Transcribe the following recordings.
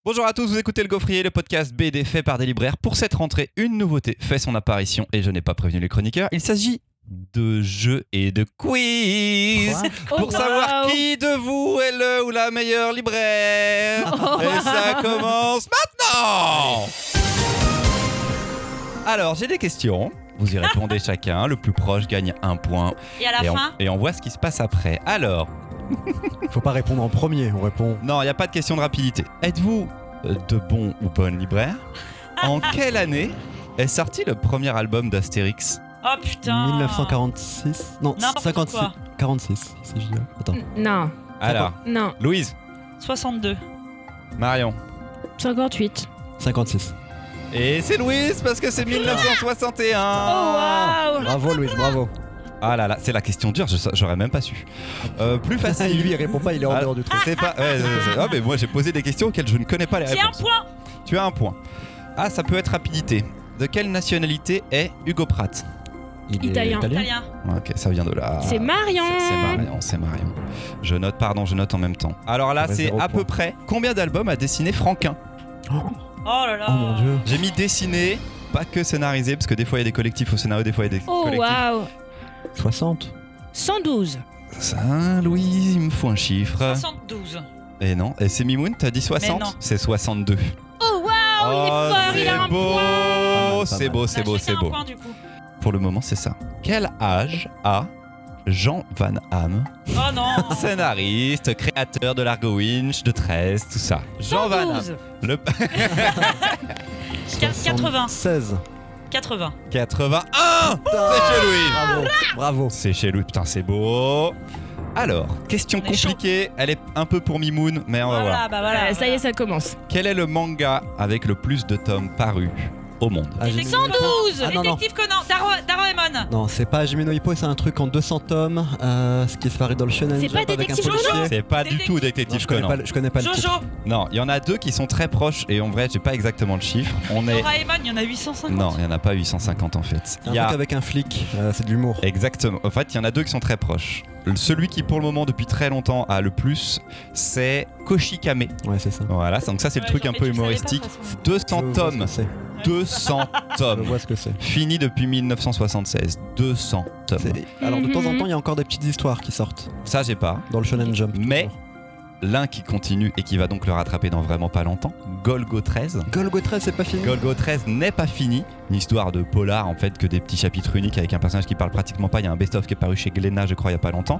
Bonjour à tous, vous écoutez Le Gaufrier, le podcast BD fait par des libraires. Pour cette rentrée, une nouveauté fait son apparition et je n'ai pas prévenu les chroniqueurs. Il s'agit de jeux et de quiz pour savoir qui de vous est le ou la meilleure libraire. Et ça commence maintenant. Alors, j'ai des questions. Vous y répondez chacun. Le plus proche gagne un point. Et à la fin on voit ce qui se passe après. Alors... Faut pas répondre en premier, on répond... Non, il n'y a pas de question de rapidité. Êtes-vous de bons ou bonnes libraires? En quelle année est sorti le premier album d'Astérix? Oh putain 1946? Non, N'importe 56. quoi. 46, si je dis. Attends. Non, Alors, non. Louise, 62. Marion. 58. 56. Et c'est Louise parce que c'est 1961. Oh waouh. Bravo Louise, bravo. Ah là là, c'est la question dure, j'aurais même pas su. Plus facile. Lui il répond pas, il est en dehors du truc. C'est pas. Ah mais moi j'ai posé des questions auxquelles je ne connais pas les J'ai un réponses. point. Tu as un point. Ah, ça peut être rapidité. De quelle nationalité est Hugo Pratt? Il est Italien. Italien. Ok, ça vient de là. C'est Marion. C'est Marion. Je note en même temps. Alors là, Ça fait c'est 0 à point. peu près combien d'albums a dessiné Franquin? Oh là là. Oh mon dieu. J'ai mis dessiné, pas que scénarisé, parce que des fois il y a des collectifs au scénario, des fois il y a des Oh collectifs. waouh. 60. 112. Ça, Louise, il me faut un chiffre. 72. Et non, et c'est Mimoun, t'as dit 60? Mais non. C'est 62. Oh waouh, il est fort, il a un beau. point. C'est beau, c'est Bah, beau, j'ai fait c'est un beau. point, du coup. Pour le moment, c'est ça. Quel âge a Jean Van Hamme, Oh non. scénariste, créateur de l'Argo Winch, de 13, tout ça? Jean Van Hamme. 112. Le 80. 16. 80. 81. C'est chez Louis. Bravo. Bravo. C'est chez Louis, putain, c'est beau. Alors, question On est chaud. compliquée, elle est un peu pour Mimoun, mais on va voir. Voilà, bah voilà. Ça y est, ça commence. Quel est le manga avec le plus de tomes parus au monde? Ah, j'ai mis- 112. Ah, non, non. Détective Conan. Daroemon. Non, c'est pas Jimeno Hippo, c'est un truc en 200 tomes, ce qui est paru dans le Shonen C'est pas Jump avec un Détective policier. Conan C'est pas du tout Non, Détective je connais Conan. pas, je connais pas le Jojo. titre. Non, il y en a deux qui sont très proches et en vrai, j'ai pas exactement le chiffre. On est... Doraemon, il y en a 850. Non, il y en a pas 850 en fait. C'est Il un y a... truc avec un flic, c'est de l'humour. Exactement. En fait, il y en a deux qui sont très proches. Celui qui, pour le moment, depuis très longtemps, a le plus, c'est Koshikame. Ouais, c'est ça. Voilà, donc ça, c'est le Ouais, truc genre, un mais peu tu le savais pas, humoristique. de toute façon. 200 Je vois tomes. ce que c'est. 200 Je tomes. vois ce que c'est. Fini depuis 1976. 200 tomes. Alors de temps en Mhm. temps, il y a encore des petites histoires qui sortent Ça, j'ai pas. dans le Shonen Jump. Mais toujours. l'un qui continue et qui va donc le rattraper dans vraiment pas longtemps, Golgo 13. Golgo 13, c'est pas fini. Golgo 13 n'est pas fini. Une histoire de polar, en fait, que des petits chapitres uniques avec un personnage qui parle pratiquement pas. Il y a un best-of qui est paru chez Glénat, je crois, il y a pas longtemps.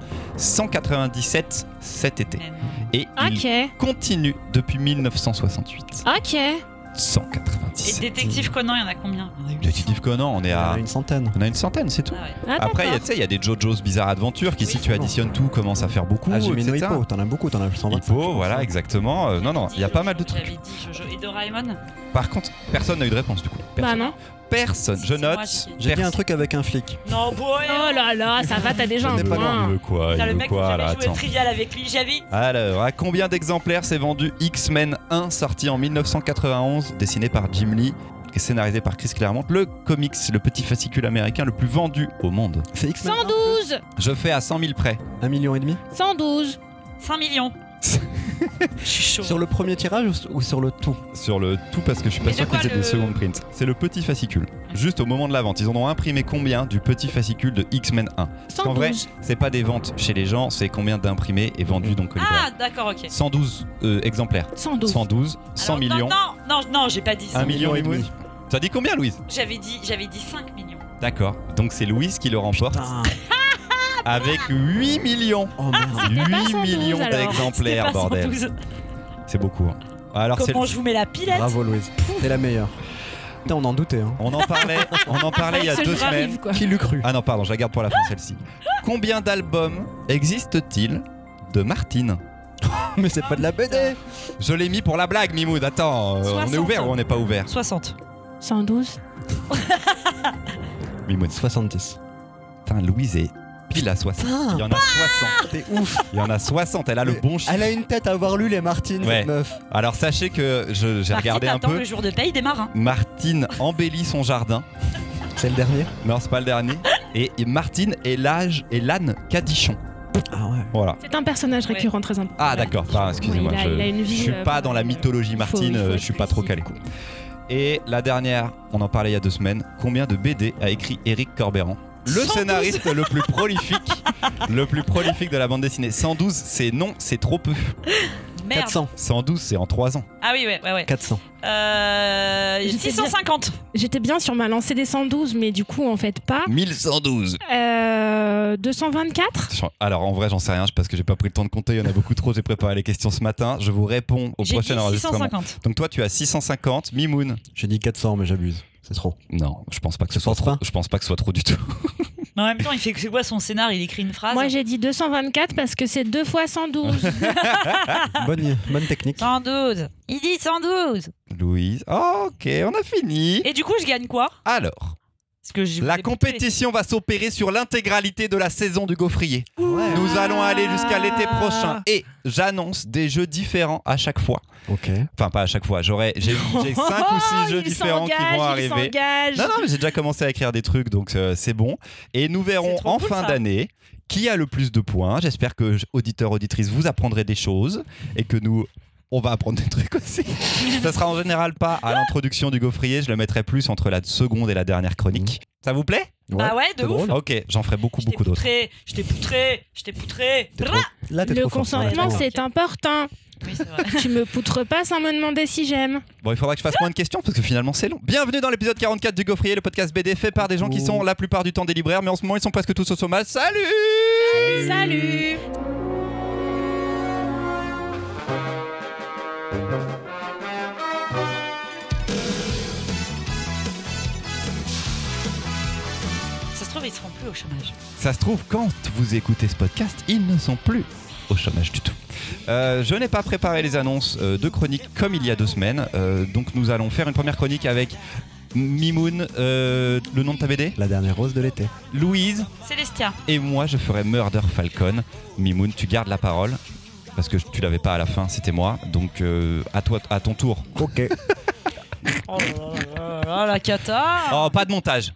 197 cet été. Mais non. Et il Ok. continue depuis 1968. Ok. Et 197. Détective Conan, il y en a combien? Il y en a 800. Détective Conan, on est Il y en à... a une centaine. On a une centaine, c'est tout. Ah ouais. Ah, Après, d'accord. tu sais, il y a des JoJo's Bizarre Adventure qui, Oui, si tu additionnes tout, commencent à faire beaucoup. Ah, Jimeno etc. Hippo, t'en as beaucoup, t'en as 125. Hippo, voilà, exactement. Non, non, il y a pas mal de trucs. J'avais dit Jojo. Et Doraemon. Par contre, personne n'a eu de réponse du coup. Bah Personne. non. Personne. Je C'est moi, note. J'ai dit un truc avec un flic. Non, boy. Oh là là, ça va, t'as déjà On un n'est pas Il point. veut quoi? Putain, Il le veut mec, quoi j'avais là? joué Attends. au trivial avec lui. J'avais. Alors, à combien d'exemplaires s'est vendu X-Men 1 sorti en 1991, dessiné par Jim Lee et scénarisé par Chris Claremont, le comics, le petit fascicule américain le plus vendu au monde? C'est X-Men 112. Je fais à 100 000 près. 1,5 million. 112. 5 millions. Je suis chaud. Sur le premier tirage ou sur le tout? Sur le tout parce que je suis pas Mais sûr de quoi, qu'ils aient le- des second prints. C'est le petit fascicule. Juste au moment de la vente. Ils en ont imprimé combien du petit fascicule de X-Men 1? Parce qu'en vrai, 112. c'est pas des ventes chez les gens, c'est combien d'imprimés et vendus donc au libraire. Ah, d'accord, ok. 112 exemplaires. 112. 112, 100 Alors, millions. Non, j'ai pas dit ça. 1 million et 1,5 demi. million. Tu as dit combien, Louise? J'avais dit 5 millions. D'accord. Donc c'est Louise qui le remporte Putain. avec 8 millions. Oh merde. C'était pas 8 112 millions alors. d'exemplaires, C'était pas bordel. 112. C'est beaucoup. Hein. Alors c'est Comment je vous mets la pilette? Bravo Louise. T'es la meilleure. Putain, on en doutait. Hein. on en parlait il y a Ce 2 jour semaines. arrive, quoi. Qui l'eût cru? Ah non, pardon, je la garde pour la fin celle-ci. Combien d'albums existe-t-il de Martine? Mais c'est pas de la BD. Je l'ai mis pour la blague, Mimoud. Attends, on est 60. ouvert ou on n'est pas ouvert? 60. 112. Mimoud. 70. Putain, Louise est pile à 60. Il y en a 60. T'es ouf. Il y en a 60. Elle a le bon chiffre. Elle a une tête à avoir lu les Martines, Ouais. cette meuf. Alors sachez que j'ai regardé un attends, peu. le jour de paye démarre. Hein. Martine embellit son jardin. C'est le dernier. Non, c'est pas le dernier. Et Martine est l'âne Cadichon. Ah ouais. Voilà. C'est un personnage récurrent très important. Ah d'accord, pardon, excusez-moi. Oui, il a une vie, je suis pas dans la mythologie il faut Martine, être je suis pas trop précis. calé. Et la dernière, on en parlait il y a 2 semaines. Combien de BD a écrit Éric Corbeyran, le 112. scénariste le plus prolifique de la bande dessinée? 112, c'est non, c'est trop peu. Merde. 400. 112, c'est en 3 ans. Ah oui, ouais. 400. J'étais 650. J'étais bien sur ma lancée des 112, mais du coup, en fait, pas. 1112. 224 Alors en vrai, j'en sais rien parce que j'ai pas pris le temps de compter. Il y en a beaucoup trop. J'ai préparé les questions ce matin. Je vous réponds au J'ai dit prochain enregistrement. 650. Donc toi, tu as 650. Mimoun? J'ai dit 400, mais j'abuse. C'est trop. Non, je pense pas que ce Tu soit penses trop. pas Je pense pas que ce soit trop du tout. Mais en même temps, il fait c'est quoi son scénar? Il écrit une phrase. Moi, j'ai dit 224 parce que c'est 2 fois 112. Bonne technique. 112. Il dit 112. Louise. Oh, ok, on a fini. Et du coup, je gagne quoi? Alors, Parce que j'ai la compétition va s'opérer sur l'intégralité de la saison du Gaufrier. Ouais. Nous allons aller jusqu'à l'été prochain et j'annonce des jeux différents à chaque fois. Ok. Enfin, pas à chaque fois. J'ai 5 ou 6 jeux Il différents qui s'engage, vont il arriver. s'engage. Non, mais j'ai déjà commencé à écrire des trucs, donc c'est bon. Et nous verrons C'est trop en cool, fin ça. d'année qui a le plus de points. J'espère que, auditeurs, auditrices, vous apprendrez des choses et que on va apprendre des trucs aussi. Ça sera en général pas à l'introduction du Gaufrier, je le mettrai plus entre la seconde et la dernière chronique. Ça vous plaît? Bah ouais, de c'est ouf. drôle. Ok. J'en ferai beaucoup d'autres. Je t'ai poutré. T'es trop- Là, t'es Le trop fort. consentement, Ouais. c'est important. Oui, c'est vrai. Tu me poutres pas sans me demander si j'aime. Bon, il faudra que je fasse moins de questions parce que finalement c'est long. Bienvenue dans l'épisode 44 du Gaufrier, le podcast BD fait par des gens qui sont la plupart du temps des libraires, mais en ce moment ils sont presque tous au chômage. Salut! Salut. Ça se trouve, ils seront plus au chômage. Ça se trouve, quand vous écoutez ce podcast, ils ne sont plus au chômage du tout. Je n'ai pas préparé les annonces de chroniques comme il y a 2 semaines, donc nous allons faire une première chronique avec Mimoun, le nom de ta BD, La dernière rose de l'été. Louise, Célestia. et moi je ferai Murder Falcon. Mimoun, tu gardes la parole parce que tu l'avais pas à la fin, c'était moi, donc à toi, à ton tour. Ok. Oh là là, la cata. Oh, pas de montage.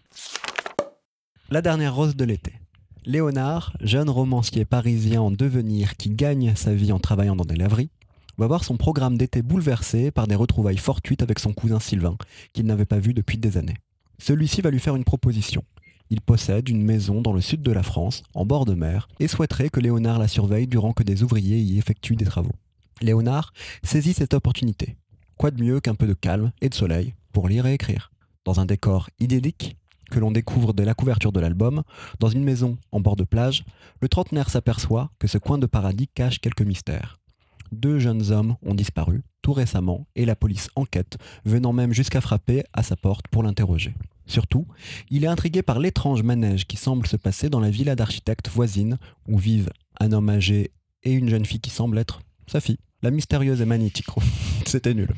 La dernière rose de l'été. Léonard, jeune romancier parisien en devenir qui gagne sa vie en travaillant dans des laveries, va voir son programme d'été bouleversé par des retrouvailles fortuites avec son cousin Sylvain, qu'il n'avait pas vu depuis des années. Celui-ci va lui faire une proposition. Il possède une maison dans le sud de la France, en bord de mer, et souhaiterait que Léonard la surveille durant que des ouvriers y effectuent des travaux. Léonard saisit cette opportunité. Quoi de mieux qu'un peu de calme et de soleil pour lire et écrire? Dans un décor idyllique, que l'on découvre dès la couverture de l'album, dans une maison en bord de plage, le trentenaire s'aperçoit que ce coin de paradis cache quelques mystères. 2 jeunes hommes ont disparu tout récemment et la police enquête, venant même jusqu'à frapper à sa porte pour l'interroger. Surtout, il est intrigué par l'étrange manège qui semble se passer dans la villa d'architecte voisine où vivent un homme âgé et une jeune fille qui semble être sa fille. La mystérieuse et magnétique. C'était nul.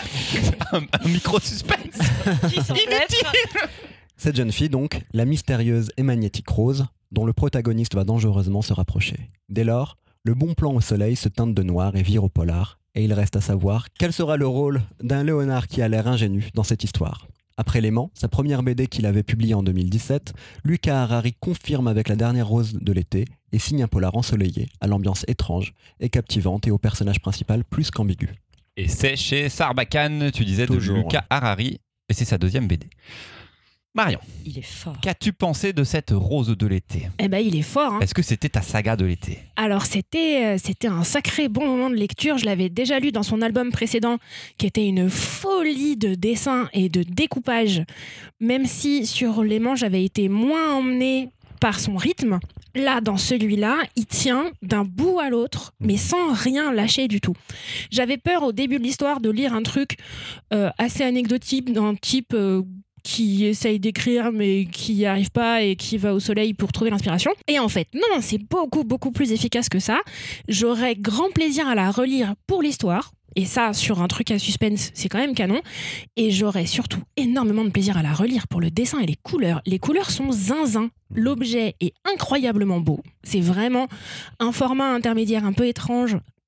Un micro suspense. Qui semble être Cette jeune fille, donc, la mystérieuse et magnétique Rose, dont le protagoniste va dangereusement se rapprocher. Dès lors, le bon plan au soleil se teinte de noir et vire au polar, et il reste à savoir quel sera le rôle d'un Léonard qui a l'air ingénu dans cette histoire. Après Léman, sa première BD qu'il avait publiée en 2017, Lucas Harari confirme avec La dernière rose de l'été et signe un polar ensoleillé, à l'ambiance étrange et captivante et au personnage principal plus qu'ambigu. Et c'est chez Sarbacane, tu disais, Toujours, de Lucas Harari, et c'est sa 2e BD. Marion, Il est fort. qu'as-tu pensé de cette rose de l'été? Eh ben, il est fort. Hein. Est-ce que c'était ta saga de l'été? Alors, c'était un sacré bon moment de lecture. Je l'avais déjà lu dans son album précédent, qui était une folie de dessin et de découpage. Même si sur les manches, j'avais été moins emmenée par son rythme. Là, dans celui-là, il tient d'un bout à l'autre, mais sans rien lâcher du tout. J'avais peur au début de l'histoire de lire un truc assez anecdotique, d'un type qui essaye d'écrire mais qui n'y arrive pas et qui va au soleil pour trouver l'inspiration. Et en fait, non, c'est beaucoup plus efficace que ça. J'aurais grand plaisir à la relire pour l'histoire. Et ça, sur un truc à suspense, c'est quand même canon. Et j'aurais surtout énormément de plaisir à la relire pour le dessin et les couleurs. Les couleurs sont zinzin. L'objet est incroyablement beau. C'est vraiment un format intermédiaire un peu étrange,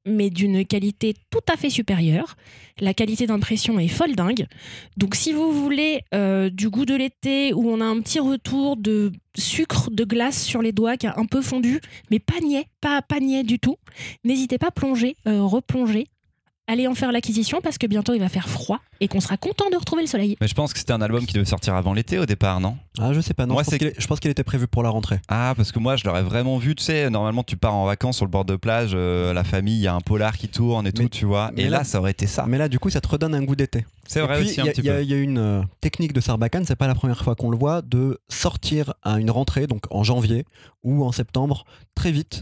mais d'une qualité tout à fait supérieure. La qualité d'impression est folle dingue. Donc si vous voulez du goût de l'été où on a un petit retour de sucre, de glace sur les doigts qui a un peu fondu, mais pas niais du tout, n'hésitez pas à plonger, replonger. Allez en faire l'acquisition parce que bientôt il va faire froid et qu'on sera content de retrouver le soleil. Mais je pense que c'était un album qui devait sortir avant l'été au départ, non ? Ah, je sais pas, non. Moi, Je pense qu'il était prévu pour la rentrée. Ah, parce que moi je l'aurais vraiment vu, tu sais, normalement tu pars en vacances sur le bord de plage, la famille, il y a un polar qui tourne et tout, tu vois. Et là, ça aurait été ça. Mais là, du coup, ça te redonne un goût d'été. C'est vrai aussi, un petit peu. Il y a une technique de Sarbacane, c'est pas la première fois qu'on le voit, de sortir à une rentrée, donc en janvier ou en septembre, très vite,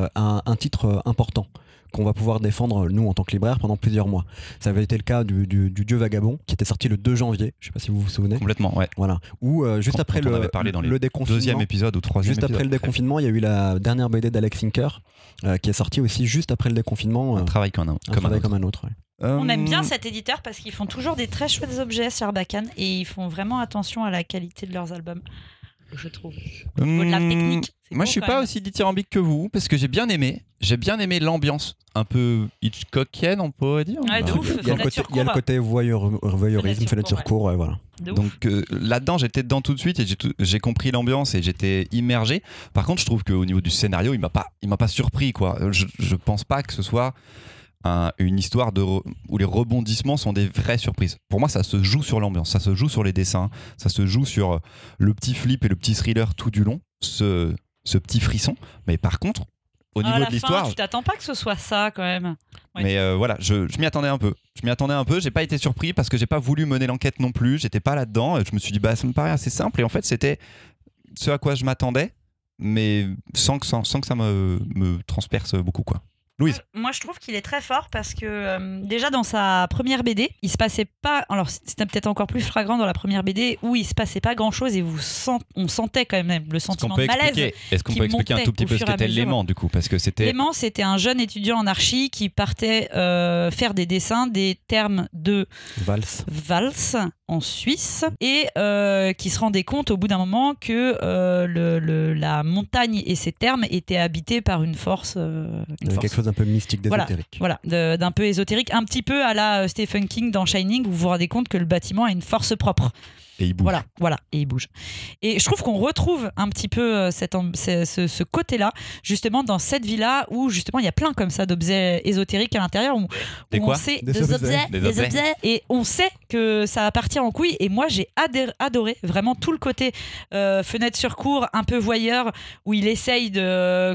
un titre important qu'on va pouvoir défendre, nous, en tant que libraire, pendant plusieurs mois. Ça avait été le cas du Dieu vagabond, qui était sorti le 2 janvier, je sais pas si vous vous souvenez. Complètement, ouais. Voilà. Ou juste après on avait parlé dans le déconfinement. Deuxième épisode ou troisième juste épisode. Après le déconfinement, il y a eu la dernière BD d'Alex Sinker, qui est sortie aussi juste après le déconfinement. Un travail comme un autre. Ouais. On aime bien cet éditeur parce qu'ils font toujours des très chouettes objets sur Sarbacane et ils font vraiment attention à la qualité de leurs albums, je trouve. Au niveau de la technique. Moi, je suis pas aussi dithyrambique que vous parce que j'ai bien aimé l'ambiance un peu Hitchcockienne, on pourrait dire. Ouais, de ouf. Il y a le côté voyeurisme, fenêtre sur cour, ouais, voilà. Donc là-dedans, j'étais dedans tout de suite et j'ai compris l'ambiance et j'étais immergé. Par contre, je trouve qu'au niveau du scénario, il m'a pas surpris, quoi. Je pense pas que ce soit une histoire où les rebondissements sont des vraies surprises. Pour moi, ça se joue sur l'ambiance, ça se joue sur les dessins, ça se joue sur le petit flip et le petit thriller tout du long, ce petit frisson. Mais par contre, au niveau de l'histoire, tu t'attends pas que ce soit ça quand même. Ouais. Mais voilà, je m'y attendais un peu. J'ai pas été surpris parce que j'ai pas voulu mener l'enquête non plus. J'étais pas là-dedans. Je me suis dit ça me paraît assez simple et en fait c'était ce à quoi je m'attendais, mais sans que ça me transperce beaucoup, quoi. Louise. Moi, je trouve qu'il est très fort parce que déjà dans sa première BD, il se passait pas. Alors, c'était peut-être encore plus flagrant dans la première BD où il se passait pas grand-chose et on sentait quand même le sentiment de malaise. Est-ce qu'on peut expliquer un tout petit peu ce qu'était Léman, du coup, parce que Léman, c'était un jeune étudiant en archi qui partait faire des dessins des termes de valse en Suisse et qui se rendait compte au bout d'un moment que la montagne et ses termes étaient habités par une force. Quelque chose d'un peu mystique, d'ésotérique. Voilà, d'un peu ésotérique, un petit peu à la Stephen King dans Shining, où vous vous rendez compte que le bâtiment a une force propre. Et il bouge. Voilà, et il bouge. Et je trouve qu'on retrouve un petit peu ce côté-là, justement, dans cette villa où, justement, il y a plein comme ça d'objets ésotériques à l'intérieur. Où on sait, des objets. Et on sait que ça va partir en couille. Et moi, j'ai adoré vraiment tout le côté fenêtre sur cour, un peu voyeur, où il essaye de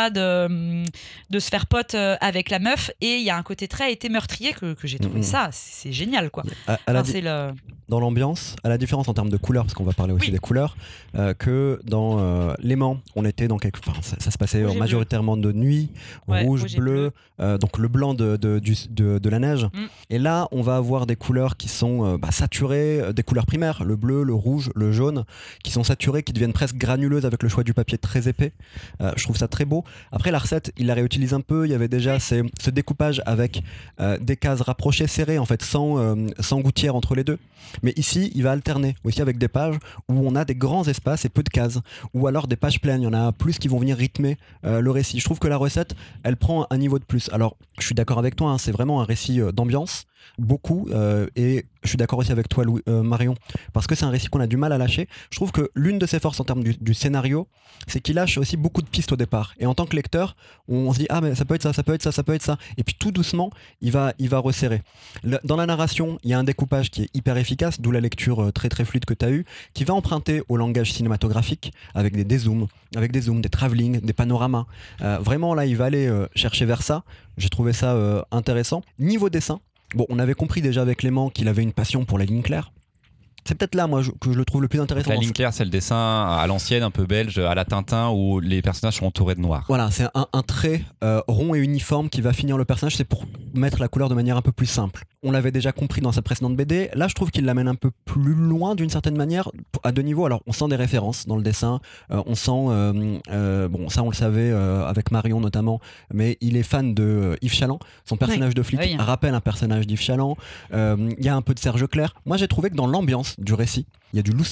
se faire pote avec la meuf. Et il y a un côté très été meurtrier que j'ai trouvé ça. C'est génial, quoi. Dans l'ambiance, à la différence en termes de couleurs, parce qu'on va parler aussi des couleurs, que dans Léman, on était dans ça se passait majoritairement de nuit, rouge, bleu, donc le blanc de la neige. Et là, on va avoir des couleurs qui sont saturées, des couleurs primaires, le bleu, le rouge, le jaune, qui sont saturées, qui deviennent presque granuleuses avec le choix du papier très épais. Je trouve ça très beau. Après, la recette, il la réutilise un peu. Il y avait déjà ce découpage avec des cases rapprochées, serrées, en fait, sans gouttière entre les deux. Mais ici, il va alterner aussi avec des pages où on a des grands espaces et peu de cases, ou alors des pages pleines. Il y en a plus qui vont venir rythmer le récit. Je trouve que la recette, elle prend un niveau de plus. Alors, je suis d'accord avec toi, hein, c'est vraiment un récit d'ambiance, beaucoup, et je suis d'accord aussi avec toi, Marion, parce que c'est un récit qu'on a du mal à lâcher. Je trouve que l'une de ses forces en termes du scénario, c'est qu'il lâche aussi beaucoup de pistes au départ. Et en tant que lecteur, on se dit, ah mais ça peut être ça, ça peut être ça, ça peut être ça. Et puis tout doucement, il va resserrer. Dans la narration, il y a un découpage qui est hyper efficace, d'où la lecture très très fluide que tu as eue, qui va emprunter au langage cinématographique, avec des zooms, des travelling, des panoramas. Vraiment là, il va aller chercher vers ça. J'ai trouvé ça intéressant. Niveau dessin, bon, on avait compris déjà avec Clément qu'il avait une passion pour la ligne claire. C'est peut-être là, moi, que je le trouve le plus intéressant. La ligne claire, c'est le dessin à l'ancienne, un peu belge, à la Tintin, où les personnages sont entourés de noir. Voilà, c'est un trait rond et uniforme qui va finir le personnage. C'est pour mettre la couleur de manière un peu plus simple. On l'avait déjà compris dans sa précédente BD. Là, je trouve qu'il l'amène un peu plus loin d'une certaine manière, à deux niveaux. Alors, on sent des références dans le dessin. On sent, bon, ça on le savait avec Marion notamment, mais il est fan de Yves Chaland. Son personnage de flic rappelle un personnage d'Yves Chaland. Il y a un peu de Serge Leclerc. Moi, j'ai trouvé que dans l'ambiance du récit, il y a du Loustal.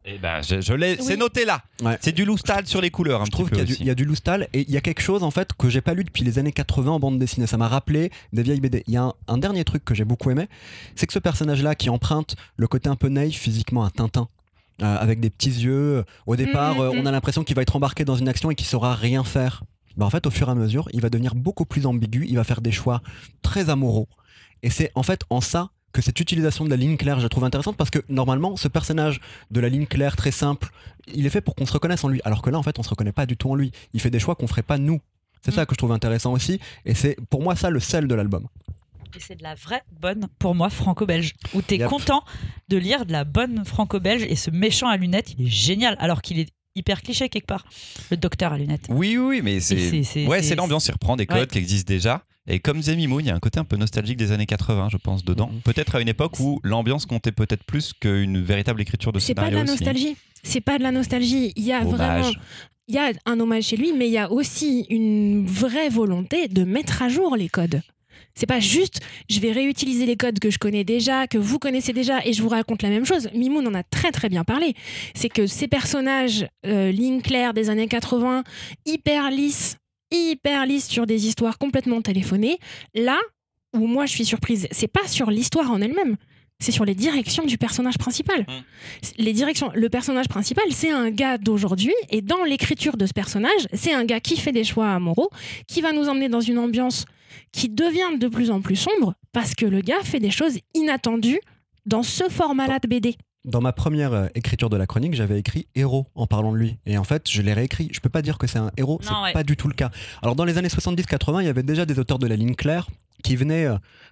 Eh ben, je l'ai, c'est noté là. Ouais. C'est du Loustal sur les couleurs. Je trouve qu'il y a du Loustal et il y a quelque chose en fait que j'ai pas lu depuis les années 80 en bande dessinée. Ça m'a rappelé des vieilles BD. Il y a un dernier truc que j'ai beaucoup aimé, c'est que ce personnage-là qui emprunte le côté un peu naïf physiquement à Tintin. Avec des petits yeux. Au départ, on a l'impression qu'il va être embarqué dans une action et qu'il saura rien faire. En fait, au fur et à mesure, il va devenir beaucoup plus ambigu. Il va faire des choix très amoureux. Et c'est en fait en ça que cette utilisation de la ligne claire, je la trouve intéressante parce que normalement, ce personnage de la ligne claire très simple, il est fait pour qu'on se reconnaisse en lui. Alors que là, en fait, on se reconnaît pas du tout en lui. Il fait des choix qu'on ferait pas nous. C'est ça que je trouve intéressant aussi. Et c'est pour moi ça le sel de l'album. Et c'est de la vraie bonne, pour moi, franco-belge. Où t'es content de lire de la bonne franco-belge et ce méchant à lunettes, il est génial. Alors qu'il est hyper cliché quelque part, le docteur à lunettes. Oui, mais c'est l'ambiance, il reprend des codes qui existent déjà. Et comme disait Mimou, il y a un côté un peu nostalgique des années 80, je pense, dedans. Peut-être à une époque où l'ambiance comptait peut-être plus qu'une véritable écriture de scénario. C'est pas de la nostalgie. C'est pas de la nostalgie. Il y a vraiment... Il y a un hommage chez lui, mais il y a aussi une vraie volonté de mettre à jour les codes. C'est pas juste, je vais réutiliser les codes que je connais déjà, que vous connaissez déjà, et je vous raconte la même chose. Mimoun en a très très bien parlé. C'est que ces personnages, ligne claire des années 80, hyper lisses sur des histoires complètement téléphonées, là où moi je suis surprise, c'est pas sur l'histoire en elle-même, c'est sur les directions du personnage principal. Le personnage principal, c'est un gars d'aujourd'hui, et dans l'écriture de ce personnage, c'est un gars qui fait des choix amoureux, qui va nous emmener dans une ambiance qui devient de plus en plus sombre, parce que le gars fait des choses inattendues dans ce format-là de BD. Dans ma première écriture de la chronique, j'avais écrit héros en parlant de lui. Et en fait, je l'ai réécrit. Je peux pas dire que c'est un héros, c'est pas du tout le cas. Alors dans les années 70-80, il y avait déjà des auteurs de la ligne claire qui venaient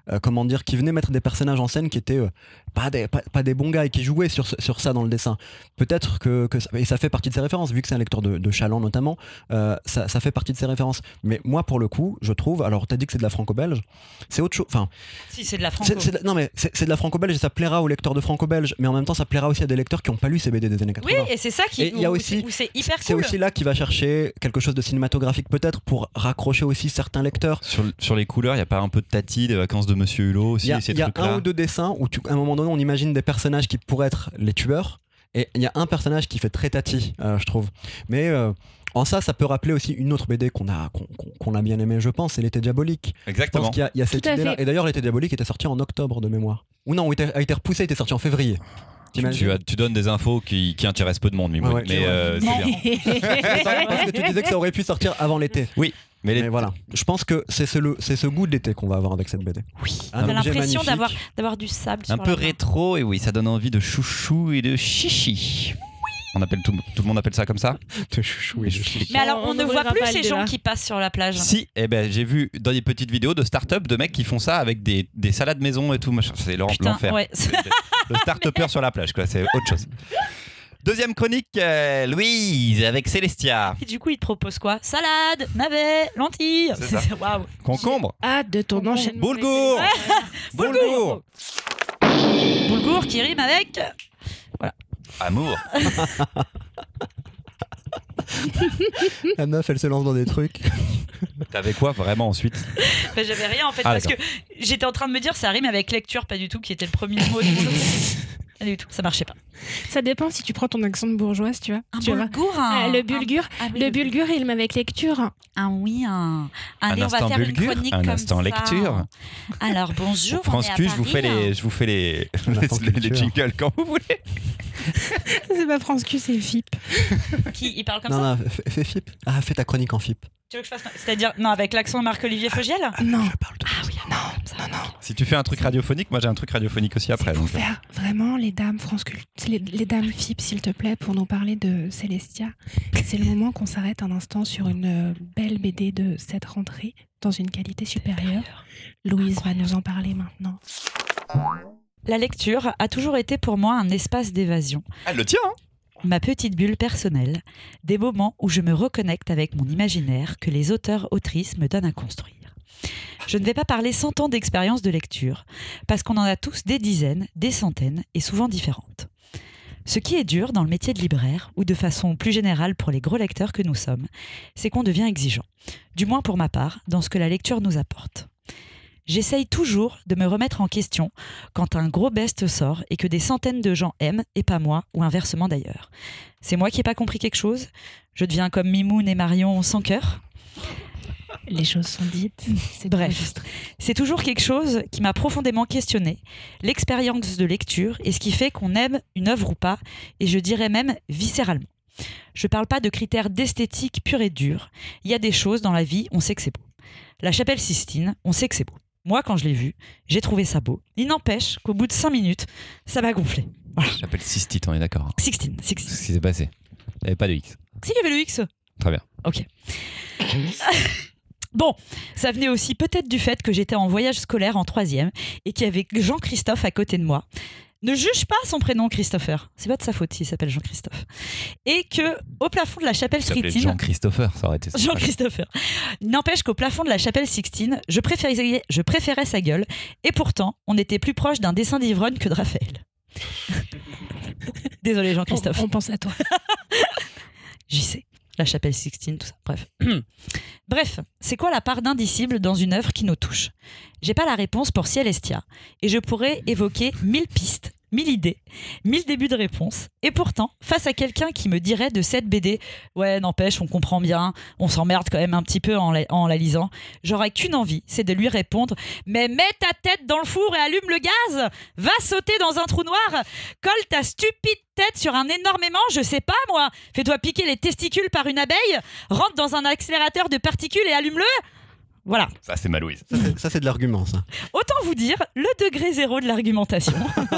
mettre des personnages en scène qui étaient pas des bons gars et qui jouaient sur ça dans le dessin. Peut-être et ça fait partie de ses références, vu que c'est un lecteur de Chaland notamment, ça fait partie de ses références. Mais moi, pour le coup, je trouve, alors t'as dit que c'est de la franco-belge, c'est autre chose. Enfin, si, c'est de la franco. Non, mais c'est de la franco-belge et ça plaira aux lecteurs de franco-belge, mais en même temps, ça plaira aussi à des lecteurs qui n'ont pas lu ces BD des années 80. Oui, et c'est ça où c'est hyper cool. C'est aussi là qu'il va chercher quelque chose de cinématographique, peut-être, pour raccrocher aussi certains lecteurs. Sur les couleurs, il n'y a pas un peu de Tati, des vacances de Monsieur Hulot aussi. Il y a un ou deux dessins où à un moment donné on imagine des personnages qui pourraient être les tueurs, et il y a un personnage qui fait très Tati, je trouve. Mais en ça peut rappeler aussi une autre BD qu'on a bien aimé, je pense, c'est L'été diabolique. Exactement. Je pense qu'il y a cette idée-là. Et d'ailleurs, L'été diabolique était sorti en octobre de mémoire. Ou non, a été repoussé, il était sorti en février. Tu donnes des infos qui intéressent peu de monde, Mimou. Mais c'est bien. Parce que tu disais que ça aurait pu sortir avant l'été. Oui. Mais voilà, je pense que c'est ce goût de l'été qu'on va avoir avec cette BD. Oui, on a l'impression d'avoir du sable sur un peu rétro, et oui, ça donne envie de chouchou et de chichi. On appelle tout le monde appelle ça comme ça. De chouchou et de chichi. Mais alors on ne voit plus ces gens qui passent sur la plage. Si, j'ai vu dans des petites vidéos de start-up de mecs qui font ça avec des salades maison et tout machin. C'est l'enfer. Ouais. Le start-upper sur la plage, quoi. C'est autre chose. Deuxième chronique, Louise avec Célestia. Et du coup, il te propose quoi? Salade, navet, lentilles. Waouh. Concombre. Hâte de ton enchaînement. Boulgour. Boulgour. Boulgour qui rime avec. Voilà. Amour. La meuf, elle se lance dans des trucs. T'avais quoi vraiment ensuite? J'avais rien en fait, parce que j'étais en train de me dire ça rime avec lecture, pas du tout, qui était le premier mot du monde. Pas du tout, ça marchait pas. Ça dépend si tu prends ton accent de bourgeoise, tu vois. Boulgour, le bulgur, le bulgur, il rime avec lecture. Allez, on va faire bulgur, une chronique un comme instant ça. lecture. Alors bonjour. France Q, je vous fais les jingles quand vous voulez. C'est pas France Q, c'est FIP. Il parle comme ça? Non, fais FIP. Fais ta chronique en FIP. Tu veux que je fasse? C'est-à-dire, non, avec l'accent Marc-Olivier Fogiel? Non. Je parle de non. Si tu fais un truc radiophonique, moi j'ai un truc radiophonique aussi après. Donc faire vraiment les dames France Cult, les dames FIP, s'il te plaît, pour nous parler de Célestia. C'est le moment qu'on s'arrête un instant sur une belle BD de cette rentrée, dans une qualité supérieure. Louise va nous en parler maintenant. La lecture a toujours été pour moi un espace d'évasion. Elle le tient, hein? Ma petite bulle personnelle, des moments où je me reconnecte avec mon imaginaire que les auteurs-autrices me donnent à construire. Je ne vais pas parler 100 ans d'expérience de lecture, parce qu'on en a tous des dizaines, des centaines, et souvent différentes. Ce qui est dur dans le métier de libraire, ou de façon plus générale pour les gros lecteurs que nous sommes, c'est qu'on devient exigeant. Du moins pour ma part, dans ce que la lecture nous apporte. J'essaye toujours de me remettre en question quand un gros best sort et que des centaines de gens aiment et pas moi, ou inversement d'ailleurs. C'est moi qui n'ai pas compris quelque chose ? Je deviens comme Mimoun et Marion sans cœur ? Les choses sont dites. Bref, c'est toujours quelque chose qui m'a profondément questionné. L'expérience de lecture et ce qui fait qu'on aime une œuvre ou pas, et je dirais même viscéralement. Je parle pas de critères d'esthétique pure et dure. Il y a des choses dans la vie, on sait que c'est beau. La Chapelle Sixtine, on sait que c'est beau. Moi, quand je l'ai vu, j'ai trouvé ça beau. Il n'empêche qu'au bout de 5 minutes, ça m'a gonflé. Voilà. La Chapelle Sixtine, on est d'accord. Sixtine. Ce qui s'est passé. Il n'y avait pas de X. Si, il y avait le X. Très bien. Ok. Bon, ça venait aussi peut-être du fait que j'étais en voyage scolaire en 3e et qu'il y avait Jean-Christophe à côté de moi. Ne juge pas son prénom Christopher, c'est pas de sa faute s'il s'appelle Jean-Christophe. Et que au plafond de la Chapelle Sixtine, Jean-Christopher, ça aurait été ça. Jean-Christopher. N'empêche qu'au plafond de la Chapelle Sixtine, je préférais sa gueule, et pourtant, on était plus proche d'un dessin d'ivrogne que de Raphaël. Désolé Jean-Christophe. On pense à toi. J'y sais. La Chapelle Sixtine, tout ça, bref. Bref, c'est quoi la part d'indicible dans une œuvre qui nous touche ? J'ai pas la réponse pour Cielestia, et je pourrais évoquer 1000 pistes, 1000 idées, 1000 débuts de réponse, et pourtant, face à quelqu'un qui me dirait de cette BD, ouais, n'empêche, on comprend bien, on s'emmerde quand même un petit peu en la lisant, j'aurais qu'une envie, c'est de lui répondre, mais mets ta tête dans le four et allume le gaz, va sauter dans un trou noir, colle ta stupide tête sur un énorme aimant, je sais pas moi, fais-toi piquer les testicules par une abeille, rentre dans un accélérateur de particules et allume-le. Voilà. Ça, c'est ma Louise. Ça, c'est de l'argument, ça. Autant vous dire le degré zéro de l'argumentation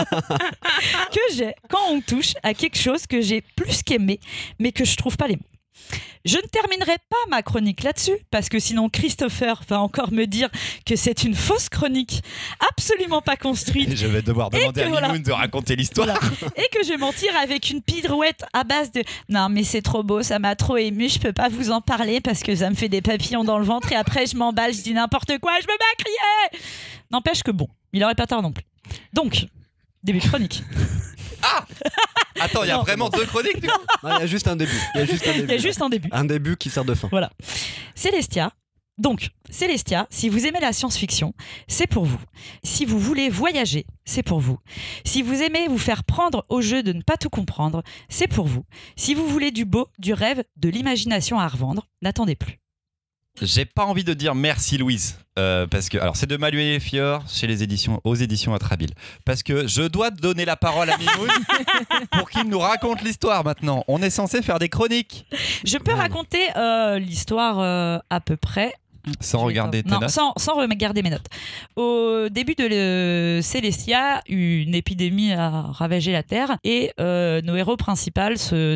que j'ai quand on touche à quelque chose que j'ai plus qu'aimé, mais que je trouve pas les mots. Je ne terminerai pas ma chronique là-dessus, parce que sinon Christopher va encore me dire que c'est une fausse chronique, absolument pas construite. Je vais devoir demander à Mimoun de raconter l'histoire. Voilà. Et que je vais mentir avec une pirouette à base de « Non mais c'est trop beau, ça m'a trop ému, je peux pas vous en parler parce que ça me fait des papillons dans le ventre et après je m'emballe, je dis n'importe quoi, je me mets à crier !» N'empêche que bon, il aurait pas tard non plus. Donc, début de chronique. Ah Attends, il y a vraiment 2 chroniques du coup ? Non, il y a juste un début. Il y a juste un début. Un début qui sert de fin. Voilà. Célestia. Donc, Célestia, si vous aimez la science-fiction, c'est pour vous. Si vous voulez voyager, c'est pour vous. Si vous aimez vous faire prendre au jeu de ne pas tout comprendre, c'est pour vous. Si vous voulez du beau, du rêve, de l'imagination à revendre, n'attendez plus. J'ai pas envie de dire merci Louise, parce que alors c'est de Manuel Fior aux éditions Atrabile, parce que je dois donner la parole à Mimoun pour qu'il nous raconte l'histoire maintenant. On est censé faire des chroniques. Je peux raconter l'histoire à peu près. Sans regarder tes notes. Sans regarder mes notes. Au début de Célestia, une épidémie a ravagé la Terre et nos héros principaux,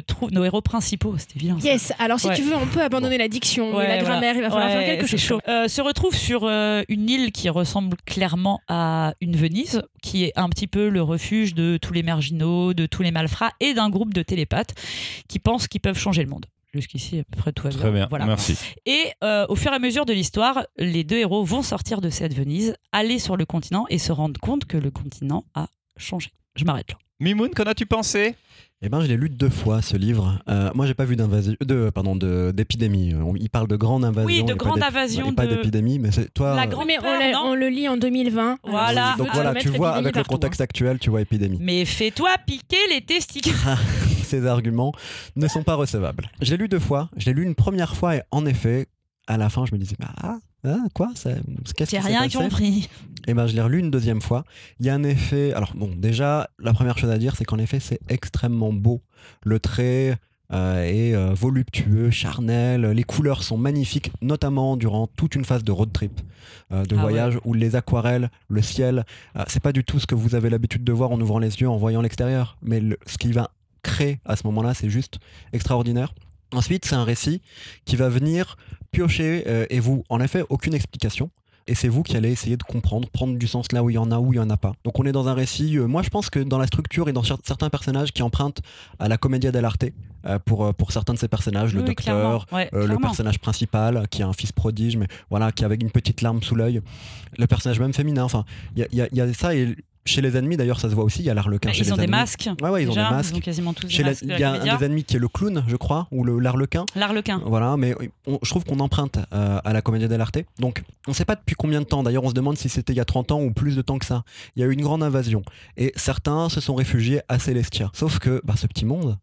c'était vilain. Yes, alors si tu veux, on peut abandonner la diction, mais la grammaire, il va falloir faire quelque chose. Se retrouve sur une île qui ressemble clairement à une Venise, qui est un petit peu le refuge de tous les marginaux, de tous les malfrats et d'un groupe de télépathes qui pensent qu'ils peuvent changer le monde. Jusqu'ici, à peu près tout va bien. Très bien, voilà. Merci. Et au fur et à mesure de l'histoire, les 2 héros vont sortir de cette Venise, aller sur le continent et se rendre compte que le continent a changé. Je m'arrête là. Mimoun, qu'en as-tu pensé ? Eh ben, je l'ai lu 2 fois, ce livre. Moi, j'ai pas vu d'épidémie. Il parle de grande invasion. Oui, de grande invasion. Pas d'épidémie, mais c'est toi. La grande on le lit en 2020. Voilà. Donc voilà, tu vois, avec le contexte actuel, tu vois épidémie. Mais fais-toi piquer les testicules. Ces arguments ne sont pas recevables. Je l'ai lu 2 fois. Je l'ai lu une première fois et en effet, à la fin, je me disais, quoi qu'est-ce J'ai rien compris. Et ben, je l'ai relu une 2e fois. Il y a un effet. Alors, bon, déjà, la première chose à dire, c'est qu'en effet, c'est extrêmement beau. Le trait est voluptueux, charnel. Les couleurs sont magnifiques, notamment durant toute une phase de road trip, de voyage, où les aquarelles, le ciel, c'est pas du tout ce que vous avez l'habitude de voir en ouvrant les yeux, en voyant l'extérieur. Mais ce qui va créer à ce moment-là, c'est juste extraordinaire. Ensuite, c'est un récit qui va venir piocher et vous, en effet, aucune explication. Et c'est vous qui allez essayer de comprendre, prendre du sens là où il y en a pas. Donc on est dans un récit, moi je pense que dans la structure et dans certains personnages qui empruntent à la commedia dell'arte, pour certains de ces personnages, le docteur, le personnage principal qui a un fils prodige, mais voilà, qui a avec une petite larme sous l'œil, le personnage même féminin, enfin, il y a ça et chez les ennemis, d'ailleurs, ça se voit aussi. Il y a l'Arlequin chez les ennemis. Ils ont des masques. Ouais, ils ont des masques. Ils ont quasiment tous des masques. Il y a un des ennemis qui est le clown, je crois, ou l'Arlequin. L'Arlequin. Voilà, mais je trouve qu'on emprunte à la Commedia dell'arte. Donc, on ne sait pas depuis combien de temps. D'ailleurs, on se demande si c'était il y a 30 ans ou plus de temps que ça. Il y a eu une grande invasion. Et certains se sont réfugiés à Celestia. Sauf que ce petit monde,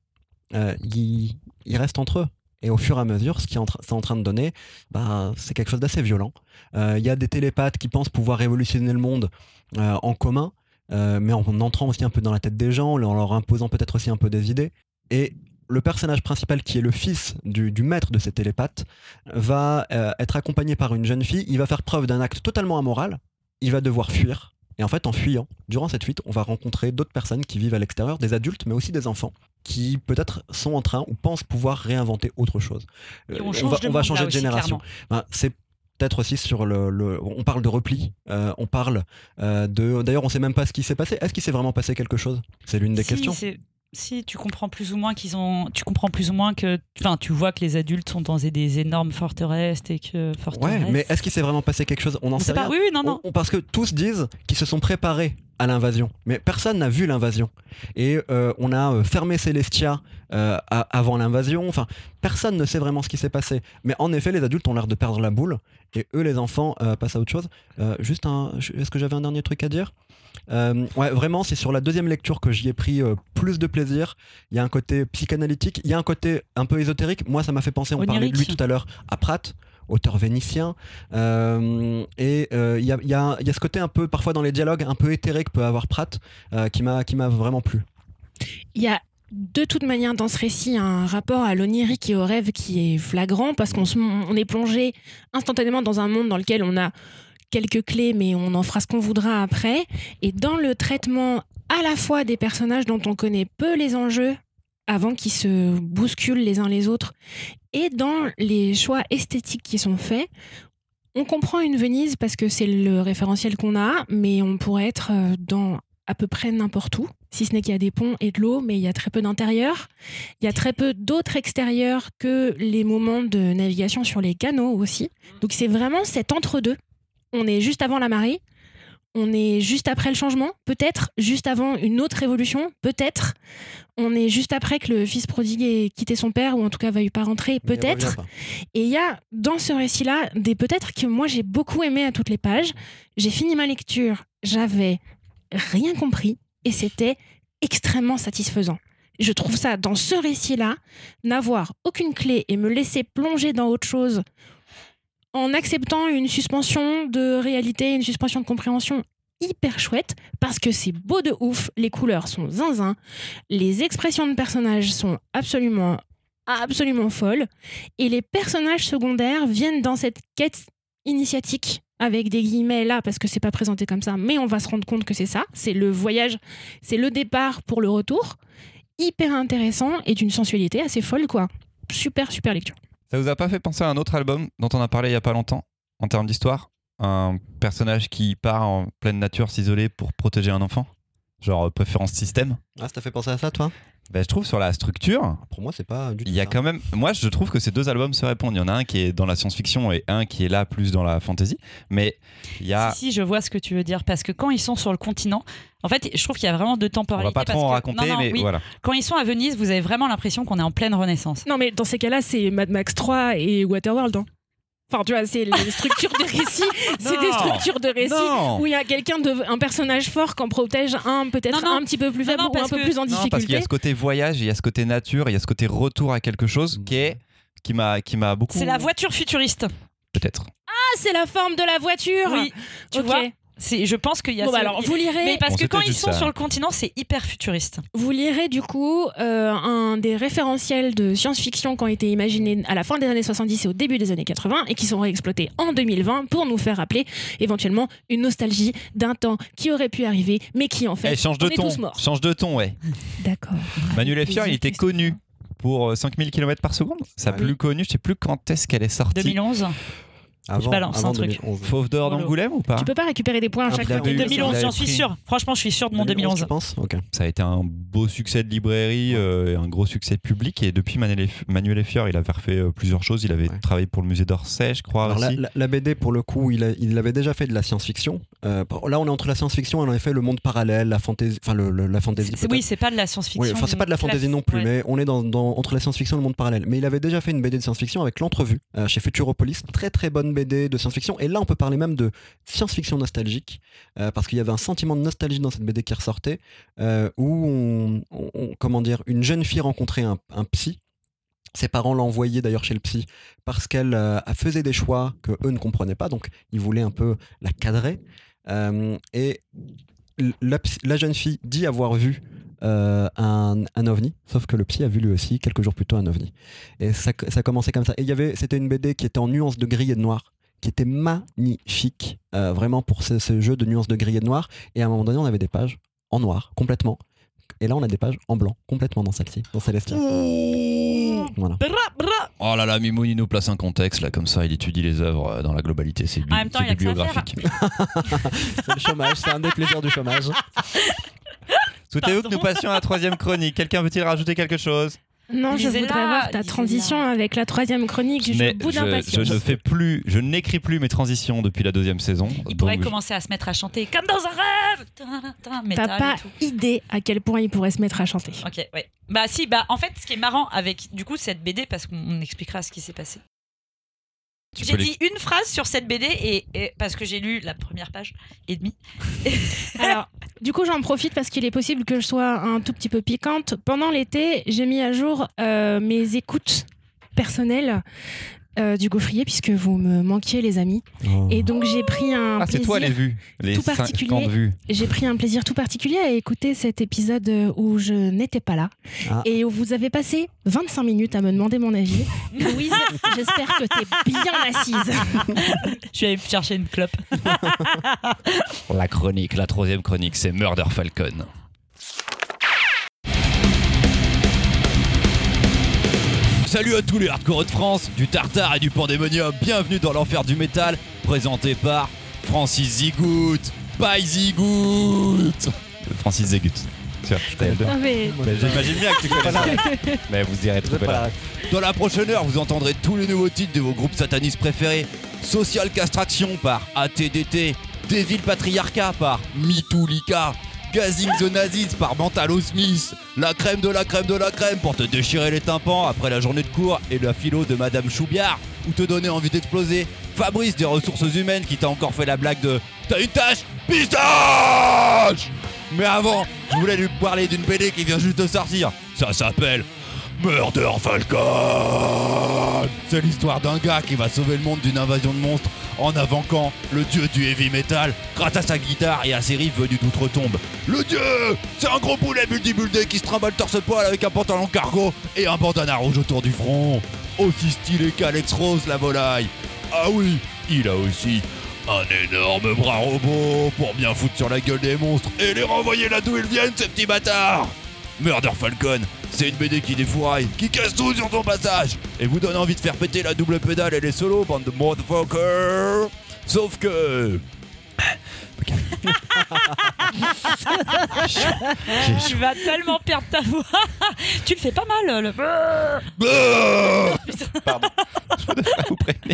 il reste entre eux. Et au fur et à mesure, ce qui c'est en train de donner, c'est quelque chose d'assez violent. Il y a des télépathes qui pensent pouvoir révolutionner le monde en commun, mais en entrant aussi un peu dans la tête des gens, en leur imposant peut-être aussi un peu des idées. Et le personnage principal, qui est le fils du maître de ces télépathes, va être accompagné par une jeune fille. Il va faire preuve d'un acte totalement amoral. Il va devoir fuir. Et en fait, en fuyant, durant cette fuite, on va rencontrer d'autres personnes qui vivent à l'extérieur, des adultes, mais aussi des enfants, qui peut-être sont en train ou pensent pouvoir réinventer autre chose. On va changer de génération. C'est peut-être aussi sur on parle de repli, on parle de... D'ailleurs, on ne sait même pas ce qui s'est passé. Est-ce qu'il s'est vraiment passé quelque chose ? C'est l'une des questions. Si tu comprends plus ou moins que, enfin, tu vois que les adultes sont dans des énormes forteresses et que Ouais, mais est-ce qu'il s'est vraiment passé quelque chose ? On n'en sait rien. Oui, non. Parce que tous disent qu'ils se sont préparés à l'invasion, mais personne n'a vu l'invasion. Et on a fermé Celestia avant l'invasion. Enfin, personne ne sait vraiment ce qui s'est passé. Mais en effet, les adultes ont l'air de perdre la boule, et eux, les enfants, passent à autre chose. Est-ce que j'avais un dernier truc à dire ? Vraiment, c'est sur la deuxième lecture que j'y ai pris plus de plaisir. Il y a un côté psychanalytique, il y a un côté un peu ésotérique. Moi, ça m'a fait penser, on parlait de lui tout à l'heure, à Pratt, auteur vénitien. Il y a ce côté un peu, parfois dans les dialogues, un peu éthéré que peut avoir Pratt, qui m'a vraiment plu. Il y a de toute manière dans ce récit un rapport à l'onirique et au rêve qui est flagrant, parce qu'on est plongé instantanément dans un monde dans lequel on a quelques clés, mais on en fera ce qu'on voudra après. Et dans le traitement à la fois des personnages dont on connaît peu les enjeux avant qu'ils se bousculent les uns les autres, et dans les choix esthétiques qui sont faits, on comprend une Venise parce que c'est le référentiel qu'on a, mais on pourrait être dans à peu près n'importe où, si ce n'est qu'il y a des ponts et de l'eau, mais il y a très peu d'intérieur. Il y a très peu d'autres extérieurs que les moments de navigation sur les canaux aussi. Donc c'est vraiment cet entre-deux. On est juste avant la marée, on est juste après le changement, peut-être juste avant une autre révolution, peut-être on est juste après que le fils prodigue ait quitté son père, ou en tout cas veuille pas rentrer, peut-être. Et il y a dans ce récit-là des peut-être que moi j'ai beaucoup aimé à toutes les pages. J'ai fini ma lecture, j'avais rien compris et c'était extrêmement satisfaisant. Je trouve ça, dans ce récit-là, n'avoir aucune clé et me laisser plonger dans autre chose en acceptant une suspension de réalité, une suspension de compréhension hyper chouette, parce que c'est beau de ouf, les couleurs sont zinzin, les expressions de personnages sont absolument folles, et les personnages secondaires viennent dans cette quête initiatique, avec des guillemets là, parce que c'est pas présenté comme ça, mais on va se rendre compte que c'est ça, c'est le voyage, c'est le départ pour le retour, hyper intéressant, et d'une sensualité assez folle, quoi. Super lecture. Ça vous a pas fait penser à un autre album dont on a parlé il y a pas longtemps, en termes d'histoire ? Un personnage qui part en pleine nature s'isoler pour protéger un enfant ? Genre préférence système ? Ah, ça t'a fait penser à ça, toi ? Je trouve sur la structure, pour moi c'est pas du tout. Il y a quand même, moi je trouve que ces deux albums se répondent. Il y en a un qui est dans la science-fiction et un qui est là plus dans la fantasy. Mais il y a. Si, je vois ce que tu veux dire, parce que quand ils sont sur le continent, en fait, je trouve qu'il y a vraiment deux temporalités. On va pas trop en raconter, mais oui. Voilà. Quand ils sont à Venise, vous avez vraiment l'impression qu'on est en pleine Renaissance. Non, mais dans ces cas-là, c'est Mad Max 3 et Waterworld. Hein. Enfin, tu vois, c'est les structures de récit. C'est des structures de récit où il y a un personnage fort qui en protège un, peut-être un petit peu plus faible ou un peu plus en difficulté. Parce qu'il y a ce côté voyage, il y a ce côté nature, il y a ce côté retour à quelque chose qui m'a beaucoup. C'est la voiture futuriste. Peut-être. Ah, c'est la forme de la voiture. Oui. Tu vois. Je pense qu'il y a. Bon, alors vous lirez. Mais parce que quand ils sont sur le continent, c'est hyper futuriste. Vous lirez du coup un des référentiels de science-fiction qui ont été imaginés à la fin des années 70 et au début des années 80 et qui sont réexploités en 2020 pour nous faire rappeler éventuellement une nostalgie d'un temps qui aurait pu arriver, mais qui en fait change de ton. Tous morts. Change de ton, ouais. D'accord. Manuel Effior, il était connu pour 5000 km par seconde. Sa plus connue, je sais plus quand est-ce qu'elle est sortie. 2011. Avant, je balance un truc. Fauve d'or d'Angoulême ou pas ? Tu peux pas récupérer des points à chaque fois. 2011, j'en suis sûr. Franchement, je suis sûr de mon 2011. Tu penses ? Ok. Ça a été un beau succès de librairie, et un gros succès public. Et depuis Manuel Effior, il avait refait plusieurs choses. Il avait travaillé pour le musée d'Orsay, je crois. Alors aussi. La BD, pour le coup, il avait déjà fait de la science-fiction. Là, on est entre la science-fiction et en effet le monde parallèle, la fantasy. Enfin, la fantasy. Oui, c'est pas de la science-fiction. Oui, c'est pas de la fantasy non plus, mais on est entre la science-fiction et le monde parallèle. Mais il avait déjà fait une BD de science-fiction avec L'Entrevue chez Futuropolis. Très très bonne BD de science-fiction. Et là, on peut parler même de science-fiction nostalgique parce qu'il y avait un sentiment de nostalgie dans cette BD qui ressortait où une jeune fille rencontrait un psy. Ses parents l'envoyaient d'ailleurs chez le psy parce qu'elle faisait des choix que eux ne comprenaient pas, donc ils voulaient un peu la cadrer. Et la jeune fille dit avoir vu un ovni, sauf que le psy a vu lui aussi quelques jours plus tôt un ovni. Et ça commençait comme ça. Et c'était une BD qui était en nuances de gris et de noir, qui était magnifique, vraiment pour ce jeu de nuances de gris et de noir. Et à un moment donné, on avait des pages en noir, complètement. Et là, on a des pages en blanc, complètement dans celle-ci, dans Célestia. Voilà. Oh là là, Mimoun, il nous place un contexte, là, comme ça, il étudie les œuvres dans la globalité. C'est en même temps, il y a bibliographique. C'est le chômage, c'est un des plaisirs du chômage. Souhaitez-vous que nous passions à la 3e chronique? Quelqu'un veut-il rajouter quelque chose? Non, je voudrais voir ta transition avec la 3e chronique. Je suis au bout d'impatience. Je n'écris plus mes transitions depuis la 2e saison. Il pourrait commencer à se mettre à chanter comme dans un rêve. T'as pas idée à quel point il pourrait se mettre à chanter. Ok, ouais. En fait, ce qui est marrant avec du coup cette BD, parce qu'on expliquera ce qui s'est passé. J'ai dit une phrase sur cette BD et parce que j'ai lu la première page et demie. Alors, du coup, j'en profite parce qu'il est possible que je sois un tout petit peu piquante. Pendant l'été, j'ai mis à jour mes écoutes personnelles du Gaufrier puisque vous me manquiez, les amis. Oh. Et donc, j'ai pris un plaisir c'est toi les vues, les tout particulier. Vues. J'ai pris un plaisir tout particulier à écouter cet épisode où je n'étais pas là et où vous avez passé 25 minutes à me demander mon avis. Louise, j'espère que t'es bien assise. Je vais aller chercher une clope. La 3e chronique, c'est Murder Falcon. Salut à tous les hardcore de France, du tartare et du pandémonium. Bienvenue dans l'enfer du métal, présenté par Francis Zigout. Bye Zigout. Francis Zigout. J'imagine bien que tu connais ça. Mais vous irez trouver là. Dans la prochaine heure, vous entendrez tous les nouveaux titres de vos groupes satanistes préférés. Social Castration par ATDT, Devil Patriarcat par Mitulika, Gazing the Nazis par Mentalo Smith, la crème de la crème de la crème pour te déchirer les tympans après la journée de cours et la philo de Madame Choubiard ou te donner envie d'exploser. Fabrice des ressources humaines qui t'a encore fait la blague de t'as une tâche pistache. Mais avant, je voulais lui parler d'une BD qui vient juste de sortir. Ça s'appelle Murder Falcon. C'est l'histoire d'un gars qui va sauver le monde d'une invasion de monstres en invoquant le dieu du heavy metal grâce à sa guitare et à ses riffs venus d'outre-tombe. Le dieu, c'est un gros boulet multibuldé qui se trimballe torse-poil avec un pantalon cargo et un bandana rouge autour du front. Aussi stylé qu'Alex Rose la volaille. Ah oui, il a aussi un énorme bras robot pour bien foutre sur la gueule des monstres et les renvoyer là d'où ils viennent, ces petits bâtards. Murder Falcon, c'est une BD qui défouraille, qui casse tout sur son passage et vous donne envie de faire péter la double pédale et les solos, bande de motherfuckers. Sauf que... Tu vas tellement perdre ta voix. Tu le fais pas mal. Le... Pardon, je devrais vous prévenir.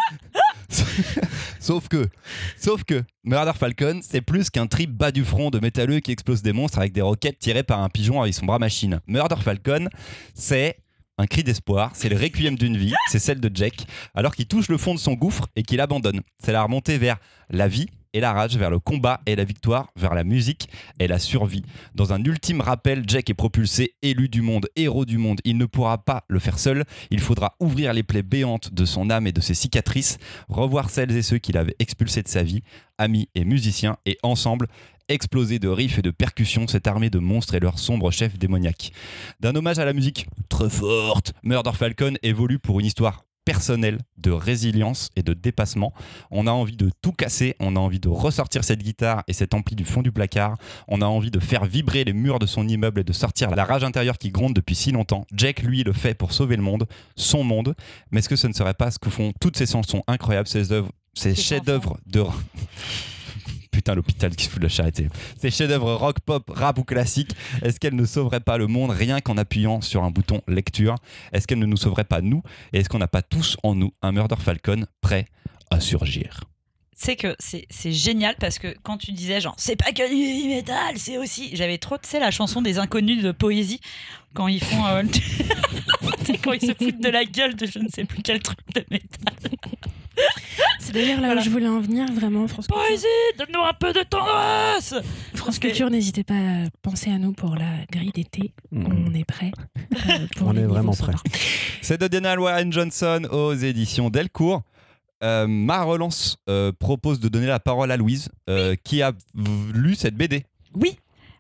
Sauf que Murder Falcon, c'est plus qu'un trip bas du front de métalleux qui explose des monstres avec des roquettes tirées par un pigeon avec son bras machine. Murder Falcon, c'est un cri d'espoir, c'est le requiem d'une vie, c'est celle de Jack, alors qu'il touche le fond de son gouffre et qu'il abandonne. C'est la remontée vers la vie et la rage, vers le combat et la victoire, vers la musique et la survie. Dans un ultime rappel, Jack est propulsé, élu du monde, héros du monde. Il ne pourra pas le faire seul, il faudra ouvrir les plaies béantes de son âme et de ses cicatrices, revoir celles et ceux qu'il avait expulsés de sa vie, amis et musiciens, et ensemble, exploser de riffs et de percussions cette armée de monstres et leur sombre chef démoniaque. D'un hommage à la musique très forte, Murder Falcon évolue pour une histoire personnelle de résilience et de dépassement. On a envie de tout casser, on a envie de ressortir cette guitare et cet ampli du fond du placard, on a envie de faire vibrer les murs de son immeuble et de sortir la rage intérieure qui gronde depuis si longtemps. Jack, lui, le fait pour sauver le monde, son monde, mais est-ce que ce ne serait pas ce que font toutes ces chansons incroyables, ces chefs-d'œuvre de... Putain, l'hôpital qui se fout de la charité. Ces chefs-d'œuvre rock, pop, rap ou classique, est-ce qu'elles ne sauveraient pas le monde rien qu'en appuyant sur un bouton lecture? Est-ce qu'elles ne nous sauveraient pas nous? Et est-ce qu'on n'a pas tous en nous un Murder Falcon prêt à surgir? sais que c'est génial parce que quand tu disais genre c'est pas que du heavy metal, c'est aussi, j'avais trop, tu sais, la chanson des inconnus de Poésie quand ils font quand ils se foutent de la gueule de je ne sais plus quel truc de métal. C'est d'ailleurs là où je voulais en venir, vraiment. France Poésie, donne-nous un peu de tendresse. France Culture, n'hésitez pas à penser à nous pour la grille d'été. On est prêts. On est vraiment prêts. C'est de Daniel Warren Johnson aux éditions Delcourt. Ma relance propose de donner la parole à Louise, qui a lu cette BD. Oui.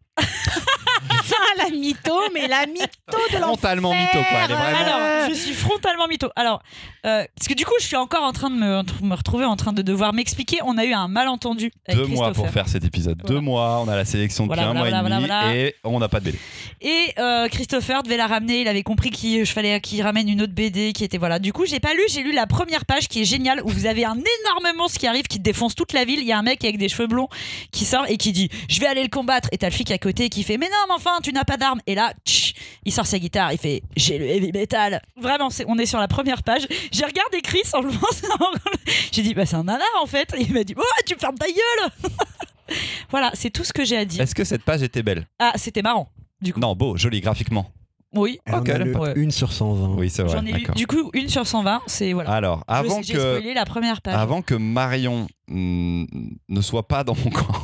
La mytho, mais la mytho de l'enfer. Frontalement mytho, quoi. Elle est vraiment... Alors, je suis frontalement mytho. Alors, parce que du coup, je suis encore en train de me retrouver en train de devoir m'expliquer. On a eu un malentendu avec 2 mois pour faire cet épisode. Voilà. 2 mois, on a la sélection depuis un mois et demi et on n'a pas de BD. Et Christopher devait la ramener. Il avait compris qu'il fallait qu'il ramène une autre BD qui était voilà. Du coup, j'ai pas lu. J'ai lu la première page qui est géniale où vous avez un énorme monstre qui arrive, qui défonce toute la ville. Il y a un mec avec des cheveux blonds qui sort et qui dit je vais aller le combattre. Et t'as le flic à côté qui fait mais non, mais enfin, tu n'as pas d'armes. Et là, il sort sa guitare. Il fait j'ai le heavy metal. Vraiment, on est sur la première page. J'ai regardé Chris en le pensant. J'ai dit bah c'est un nanar en fait. Et il m'a dit oh tu me fermes ta gueule. Voilà, c'est tout ce que j'ai à dire. Est-ce que cette page était belle? Ah, c'était marrant. Du coup. Non, beau, joli graphiquement. Oui. On a lu 1 sur 120. Oui, c'est vrai. J'en ai lu, du coup, 1 sur 120, c'est voilà. Alors, j'ai spoilé la première page. Avant que Marion ne soit pas dans mon camp,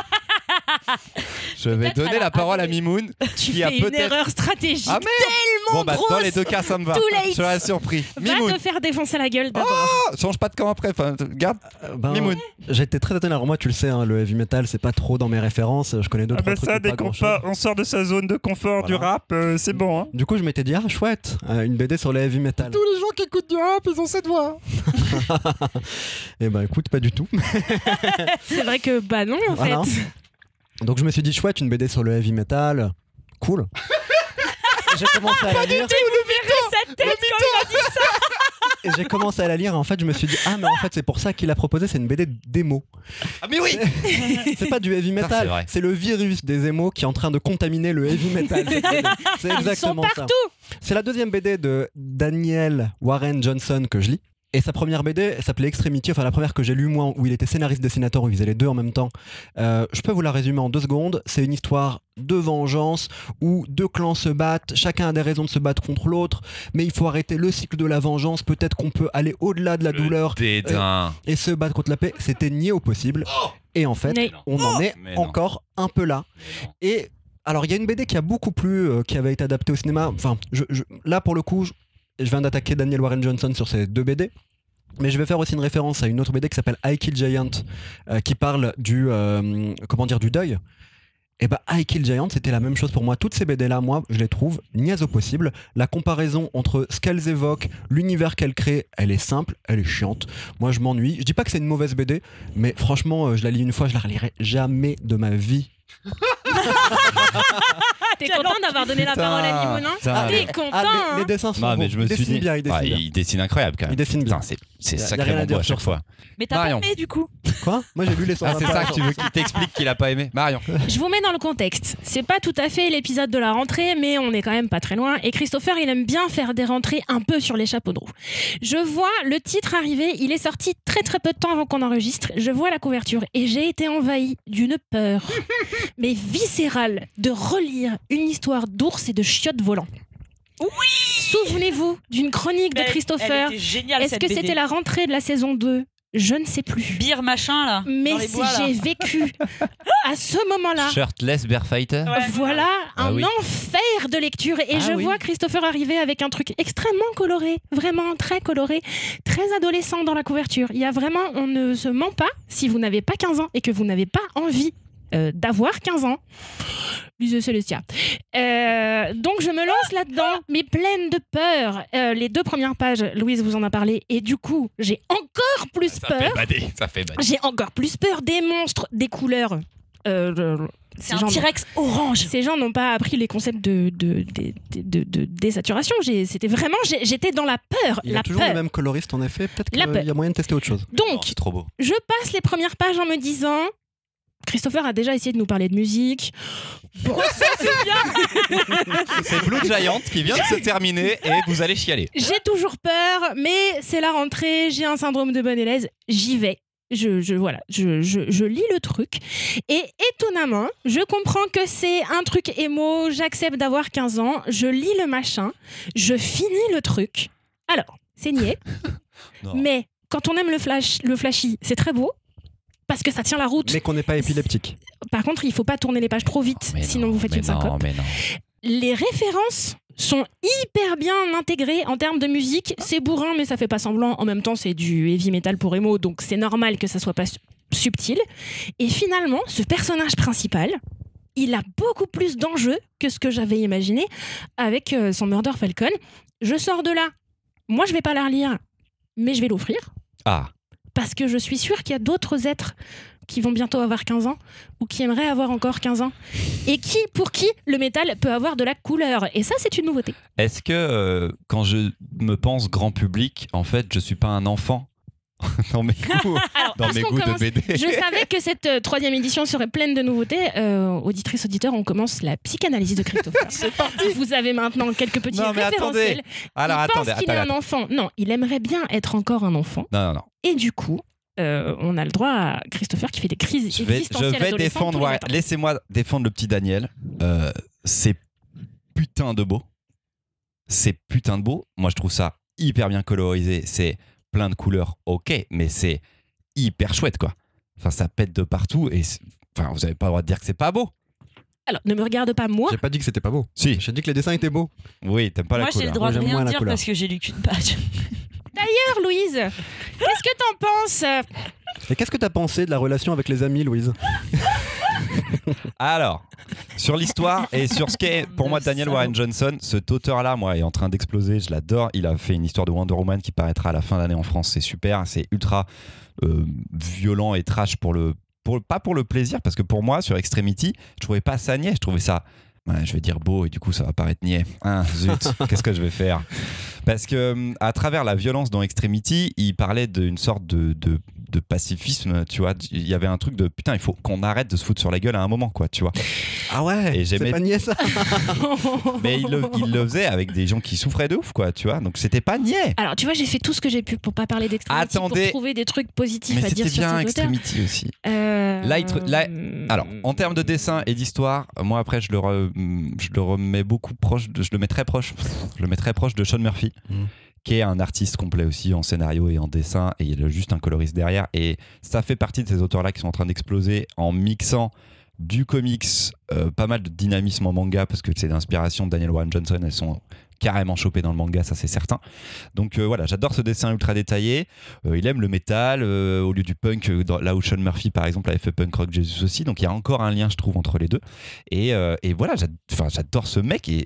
je vais donner la parole à Mimoun. Tu qui a fais une peut-être erreur stratégique Bon, tellement bah, grosse. dans les 2 cas, ça me va. Je serais surpris. Va Mimoun. te faire défoncer la gueule d'abord. Oh, change pas de camp après. Enfin, garde. Mimoun. J'ai été très étonné. Alors moi, tu le sais, hein, le heavy metal, c'est pas trop dans mes références. Je connais 2-3 trucs. Ça, mais dès pas qu'on grand-chose. on sort de sa zone de confort du rap, c'est bon. Hein. Du coup, je m'étais dit, ah chouette, une BD sur le heavy metal. Tous les gens qui écoutent du rap, ils ont cette voix. Et bah écoute, pas du tout. C'est vrai que bah non en Voilà. fait. Donc je me suis dit, chouette, une BD sur le heavy metal. Cool. J'ai commencé à la lire. Sa tête quand il a dit ça. Et j'ai commencé à la lire et en fait je me suis dit ah mais en fait c'est pour ça qu'il a proposé, c'est une BD d'émo. Ah mais oui. C'est pas du heavy C'est metal, vrai. c'est le virus des émos qui est en train de contaminer le heavy metal. C'est exactement Ils sont ça. partout. C'est la 2e BD de Daniel Warren Johnson que je lis. Et sa première BD elle s'appelait Extremity, enfin la première que j'ai lue moi, où il était scénariste-dessinateur, où il faisait les 2 en même temps. Je peux vous la résumer en 2 secondes. C'est une histoire de vengeance où 2 clans se battent, chacun a des raisons de se battre contre l'autre, mais il faut arrêter le cycle de la vengeance. Peut-être qu'on peut aller au-delà de la douleur et se battre contre la paix. C'était nié au possible. Et en fait, on en est encore un peu là. Et alors il y a une BD qui a beaucoup plu, qui avait été adaptée au cinéma. Enfin, là pour le coup, je viens d'attaquer Daniel Warren Johnson sur ces 2 BD. Mais je vais faire aussi une référence à une autre BD qui s'appelle I Kill Giant, qui parle du deuil. Et bah I Kill Giant, c'était la même chose pour moi. Toutes ces BD là, moi, je les trouve niaises au possible. La comparaison entre ce qu'elles évoquent, l'univers qu'elles créent, elle est simple, elle est chiante. Moi, je m'ennuie. Je dis pas que c'est une mauvaise BD, mais franchement, je la lis une fois, je la relirai jamais de ma vie. T'es content d'avoir donné la parole à Mimoun, hein? T'es content, les dessins sont Non, beaux. mais je me suis dit, bien, il dessine incroyable quand même. Il dessine bien. Putain, c'est Y a rien sacrément à dire beau à sur chaque fois. Mais t'as pas Marion. aimé du coup. Quoi? Moi j'ai lu les 120 Ah, c'est ça que tu veux qu'il t'explique qu'il a pas aimé. Marion. Je vous mets dans le contexte. C'est pas tout à fait l'épisode de la rentrée, mais on est quand même pas très loin. Et Christopher, il aime bien faire des rentrées un peu sur les chapeaux de roue. Je vois le titre arriver. Il est sorti très très peu de temps avant qu'on enregistre. Je vois la couverture et j'ai été envahie d'une peur, mais viscérale, de relire une histoire d'ours et de chiottes volants. Oui. Souvenez-vous d'une chronique de Christopher. Elle était géniale, Est-ce cette que BD. c'était la rentrée de la saison 2 ? Je ne sais plus. Beer machin là. Mais dans les si bois, là. j'ai vécu à ce moment-là, Shirtless Bear Fighter. Ouais. voilà Ah un oui. enfer de lecture. Et Ah je oui. vois Christopher arriver avec un truc extrêmement coloré, vraiment très coloré, très adolescent dans la couverture. Il y a vraiment, on ne se ment pas si vous n'avez pas 15 ans et que vous n'avez pas envie d'avoir 15 ans. Lisez Celestia. Donc je me lance là-dedans, mais pleine de peur. Les 2 premières pages, Louise vous en a parlé, et du coup, j'ai encore plus peur. Ça fait bader. J'ai encore plus peur des monstres, des couleurs. C'est un T-Rex orange. Ces gens n'ont pas appris les concepts de désaturation. C'était vraiment, j'étais dans la peur. Il y la a toujours peur. le même coloriste en effet. Peut-être La qu'il peur. y a moyen de tester autre chose. Donc, C'est trop beau. je passe les premières pages en me disant. Christopher a déjà essayé de nous parler de musique. Bon, C'est Blue Giant qui vient de se terminer et vous allez chialer. j'ai toujours peur, mais c'est la rentrée, j'ai un syndrome de bonne élève, j'y vais. je lis le truc et étonnamment, je comprends que c'est un truc émo, j'accepte d'avoir 15 ans, je lis le machin, je finis le truc. Alors, c'est niais, mais quand on aime le flashy, c'est très beau. Parce que ça tient la route. Mais qu'on n'est pas épileptique. Par contre, il ne faut pas tourner les pages trop vite, sinon vous faites une syncope. Les références sont hyper bien intégrées en termes de musique. C'est bourrin, mais ça fait pas semblant. En même temps, c'est du heavy metal pour emo, donc c'est normal que ça soit pas subtil. Et finalement, ce personnage principal, il a beaucoup plus d'enjeux que ce que j'avais imaginé avec son Murder Falcon. Je sors de là. Moi, je vais pas la relire, mais je vais l'offrir. Ah. Parce que je suis sûre qu'il y a d'autres êtres qui vont bientôt avoir 15 ans ou qui aimeraient avoir encore 15 ans et pour qui le métal peut avoir de la couleur. Et ça, c'est une nouveauté. Est-ce que quand je me pense grand public, en fait, je suis pas un enfant dans mes goûts, de BD? Je savais que cette 3e édition serait pleine de nouveautés. Auditrices, auditeurs, on commence la psychanalyse de Christopher. C'est parti. Vous avez maintenant quelques petits référentiels. Attendez. Il est un enfant. Non, il aimerait bien être encore un enfant. Non. Et du coup, on a le droit à Christopher qui fait des crises existentielles. Je vais défendre. Laissez-moi défendre le petit Daniel. C'est putain de beau. Moi, je trouve ça hyper bien colorisé. C'est plein de couleurs, ok, mais c'est hyper chouette, quoi. Enfin, ça pète de partout et vous avez pas le droit de dire que c'est pas beau. Alors, ne me regarde pas moi. J'ai pas dit que c'était pas beau. Si. J'ai dit que les dessins étaient beaux. Oui, t'aimes pas la couleur. Moi, j'ai le droit de rien dire parce que j'ai lu qu'une page. D'ailleurs, Louise, qu'est-ce que t'en penses? Et qu'est-ce que t'as pensé de la relation avec les amis, Louise? Alors, sur l'histoire et sur ce qu'est pour moi Daniel Warren Johnson, cet auteur-là, moi, est en train d'exploser. Je l'adore. Il a fait une histoire de Wonder Woman qui paraîtra à la fin d'année en France. C'est super. C'est ultra violent et trash pas pour le plaisir, parce que pour moi, sur Extremity, je trouvais pas ça niais. Je trouvais ça, je vais dire beau, et du coup, ça va paraître niais. Zut, qu'est-ce que je vais faire? Parce que à travers la violence dans Extremity, il parlait d'une sorte de pacifisme, tu vois. Il y avait un truc de putain, il faut qu'on arrête de se foutre sur la gueule à un moment, quoi, tu vois. Ah ouais, et c'est pas niais ça. Mais il le faisait avec des gens qui souffraient de ouf, quoi, tu vois. Donc c'était pas niais. Alors tu vois, j'ai fait tout ce que j'ai pu pour pas parler d'Extremity, pour trouver des trucs positifs à dire sur cet auteur. Mais c'était bien Extremity aussi. Alors, en termes de dessin et d'histoire, moi après je le remets beaucoup proche, je le mets très proche de Sean Murphy. Qui est un artiste complet aussi en scénario et en dessin, et il a juste un coloriste derrière, et ça fait partie de ces auteurs-là qui sont en train d'exploser en mixant du comics, pas mal de dynamisme en manga, parce que c'est l'inspiration de Daniel Warren Johnson, elles sont carrément chopées dans le manga, ça c'est certain. Donc voilà, j'adore ce dessin ultra détaillé. Il aime le métal au lieu du punk, là où Sean Murphy par exemple avait fait Punk Rock Jesus aussi, donc il y a encore un lien, je trouve, entre les deux. Et voilà, j'adore ce mec, et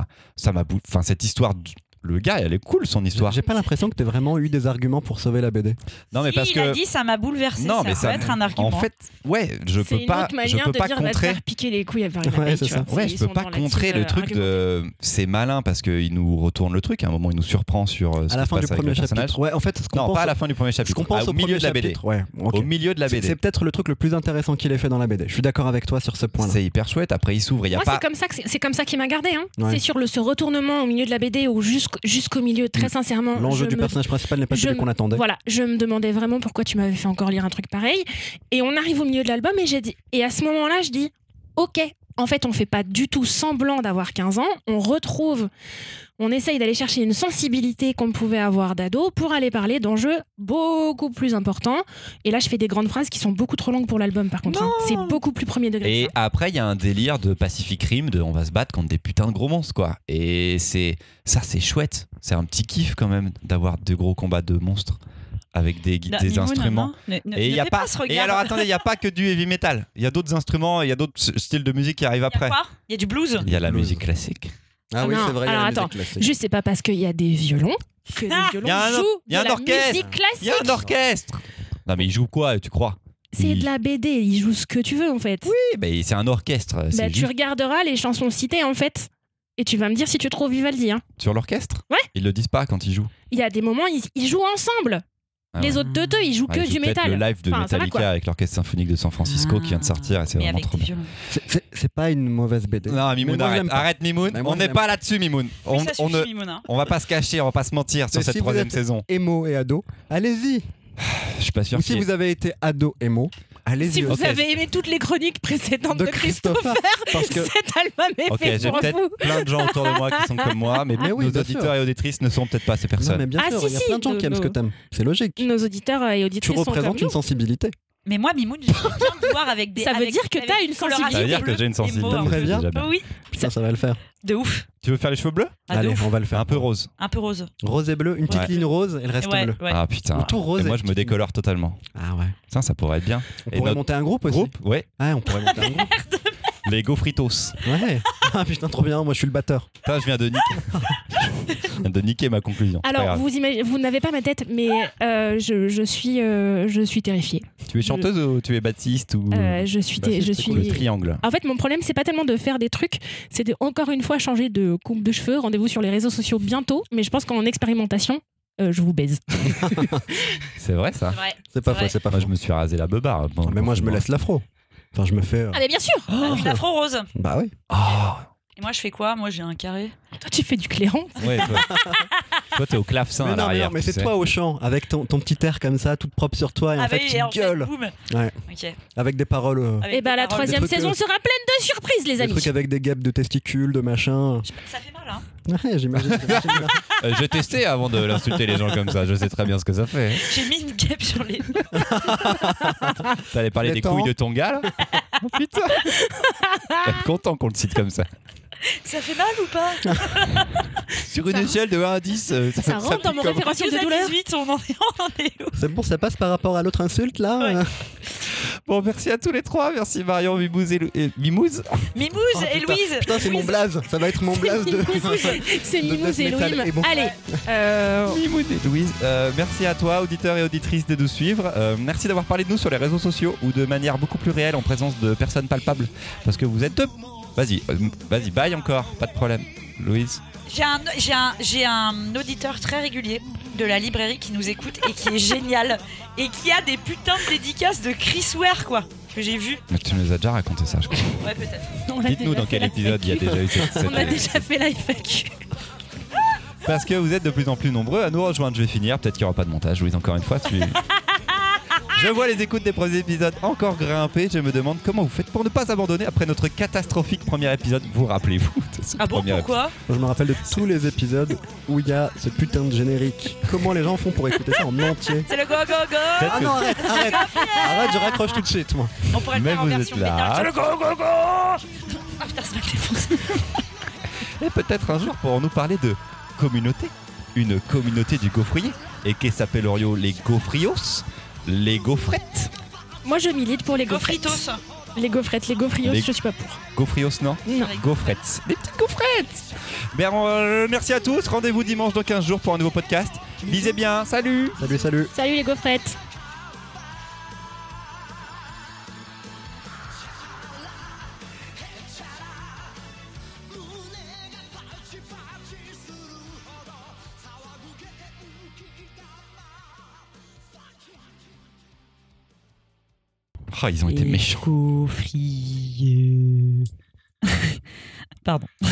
cette histoire. Le gars, elle est cool, son histoire. J'ai pas l'impression que t'aies vraiment eu des arguments pour sauver la BD. Non, mais parce il a dit ça m'a bouleversé. Non, mais ça peut être un argument. En fait, ouais, je peux pas contrer. Piquer les couilles avec je peux pas contrer le truc de. C'est malin parce qu'il nous retourne le truc. À un moment, il nous surprend sur. À la fin du premier chapitre. Ouais, en fait, non, pas à la fin du premier chapitre. Au milieu de la BD. Au milieu de la BD. C'est peut-être le truc le plus intéressant qu'il ait fait dans la BD. Je suis d'accord avec toi sur ce point-là. C'est hyper chouette. Après, il s'ouvre. C'est comme ça qu'il m'a gardé. C'est sur ce retournement au milieu de la BD ou jusqu'au milieu. Très sincèrement, l'enjeu du personnage principal n'est pas celui qu'on attendait. Voilà, je me demandais vraiment pourquoi tu m'avais fait encore lire un truc pareil. Et on arrive au milieu de l'album et à ce moment-là, je dis ok, en fait, on fait pas du tout semblant d'avoir 15 ans. On essaye d'aller chercher une sensibilité qu'on pouvait avoir d'ado pour aller parler d'enjeux beaucoup plus importants. Et là, je fais des grandes phrases qui sont beaucoup trop longues pour l'album, par contre. C'est beaucoup plus premier degré. Et après, il y a un délire de Pacific Rim, on va se battre contre des putains de gros monstres, quoi. Et c'est chouette. C'est un petit kiff quand même d'avoir de gros combats de monstres avec des instruments. Et alors attendez, il n'y a pas que du heavy metal. Il y a d'autres instruments, il y a d'autres styles de musique qui arrivent après. Il y a du blues. Il y a la musique classique. Ah oui, c'est vrai. Alors attends, juste c'est pas parce qu'il y a des violons que les violons jouent de la musique classique. Il y a un orchestre. Non mais il joue quoi, tu crois? C'est de la BD, il joue ce que tu veux en fait. Oui, mais c'est un orchestre. Tu regarderas les chansons citées en fait. Et tu vas me dire si tu trouves Vivaldi. Sur l'orchestre? Ouais. Ils le disent pas quand ils jouent. Il y a des moments, ils jouent ensemble. Les autres deux, ils jouent que du métal. Le live de Metallica avec l'orchestre symphonique de San Francisco qui vient de sortir, et c'est vraiment trop bien. C'est pas une mauvaise BD. Non, Mimoun, arrête Mimoun. On n'est pas là-dessus, Mimoun. On va pas se cacher, on va pas se mentir sur cette troisième saison. Émo et ado, allez-y. Je suis pas sûr. Ou si vous avez été ado émo, allez-y. Si vous avez aimé toutes les chroniques précédentes de Christopher, parce que cet album est fait j'ai pour peut-être vous. plein de gens autour de moi qui sont comme moi, mais oui, nos bien auditeurs sûr. et auditrices ne sont peut-être pas ces personnes. Non, mais bien sûr, il y a plein de gens qui aiment ce que t'aimes. C'est logique. Nos auditeurs et Tu auditrices sont représentes comme une nous. sensibilité. Mais moi, Mimoun, j'aime bien te voir avec des. Ça veut dire que t'as une sensibilité. Ça veut dire que j'ai une sensibilité. T'aimerais bien Déjà bien. Oui, Putain, ça va le faire. de ouf. Tu veux faire les cheveux bleus? Ah, de Allez, ouf. on va le faire. Un peu rose. Un peu rose. Rose et bleu, une petite Ouais. ligne rose et le reste bleu. Ouais. Ah putain. Ou tout rose Et moi, avec je me petite décolore totalement. Ah ouais. Ça pourrait être bien. On Et pourrait notre monter un groupe aussi. groupe, ouais. Ouais, on pourrait monter un groupe. Les Gaufritos. Ouais. Ah putain, trop bien. Moi, je suis le batteur. Putain, je viens de niquer ma conclusion. C'est pas Alors, grave. vous n'avez pas ma tête, mais je suis terrifiée. Tu es chanteuse ou tu es bassiste ou Je suis. Bassiste, Je c'est suis... cool, le triangle? En fait, mon problème, c'est pas tellement de faire des trucs, c'est de encore une fois changer de coupe de cheveux. Rendez-vous sur les réseaux sociaux bientôt, mais je pense qu'en expérimentation, je vous baise. C'est vrai ça? C'est vrai. C'est pas C'est faux, vrai. c'est pas Moi, faux. je me suis rasé la beubare. pendant le Mais moi, je me confinement. laisse l'afro. Enfin, je me fais. Ah, mais bien sûr. Une afro rose. Bah oui. Oh. Et moi, je fais quoi? Moi, j'ai un carré. Toi, tu fais du clairon. Ouais, toi, t'es au clavecin Mais à non, l'arrière. mais tu c'est sais. toi au chant, avec ton petit air comme ça, toute propre sur toi, et en fait, oui, tu et en fait, gueules. boum. Ouais. Ok. Avec des paroles. Avec Et bah, des la paroles. troisième Des trucs, saison sera pleine de surprises, les Des amis. trucs avec des guêpes de testicules, de machin. Ça fait mal, hein? Ouais, j'imagine. J'ai testé avant de l'insulter les gens comme ça. Je sais très bien ce que ça fait. J'ai mis une guêpe sur les. T'allais parler Les des temps. couilles de ton gars là? Oh putain! Être content qu'on le cite comme ça. Ça fait mal ou pas? Sur une échelle de 1 à 10, Ça rentre dans mon pique comme- référentiel de 12 à douleur. 18, on en est où? C'est bon, ça passe par rapport à l'autre insulte là Ouais. Bon, merci à tous les trois. Merci Marion, Mimouz et Mimouz. Mimouze et putain. Louise. Putain, c'est mon blaze. Ça va être mon blaze de. C'est de Mimouz et death metal Elohim. et bon. Allez. Mimouz et Louise. Merci à toi, auditeurs et auditrices, de nous suivre. Merci d'avoir parlé de nous sur les réseaux sociaux ou de manière beaucoup plus réelle en présence de personnes palpables. Parce que vous êtes deux. Vas-y, bye encore. Pas de problème. Louise. J'ai un auditeur très régulier de la librairie qui nous écoute et qui est génial et qui a des putains de dédicaces de Chris Ware, quoi, que j'ai vu. Mais tu nous as déjà raconté ça, je crois. Ouais, peut-être. On a Dites-nous déjà dans fait quel la épisode il y a FAQ. déjà eu cette On a déjà fait la FAQ. Parce que vous êtes de plus en plus nombreux à nous rejoindre. Je vais finir. Peut-être qu'il n'y aura pas de montage. Louise, encore une fois. Je vois les écoutes des premiers épisodes encore grimper. Je me demande comment vous faites pour ne pas abandonner après notre catastrophique premier épisode. Vous rappelez-vous de ce Ah bon, premier pourquoi? Moi, je me rappelle de tous les épisodes où il y a ce putain de générique. Comment les gens font pour écouter ça en entier? C'est le go go go. Peut-être Ah que- non, arrête. Arrête, je raccroche tout de suite, moi. On pourrait le Mais faire en vous version êtes là. métal. C'est le go go go. Ah putain, ça m'a défoncé. Et peut-être un jour pourrons-nous parler de communauté. Une communauté du gaufrier. Et qui s'appellerions les gaufrios. Les gaufrettes. Moi, je milite pour les gaufrettes. Gaufritos. Les gaufrettes, les gaufrios, Les- je suis pas pour. Gaufrios, non? Non. Gaufrettes. Des petites gaufrettes. Bien, merci à tous. Rendez-vous dimanche dans 15 jours pour un nouveau podcast. Lisez bien. Salut. Salut, salut. Salut les gaufrettes. Oh, ils ont été méchants. Gaufriers. Pardon.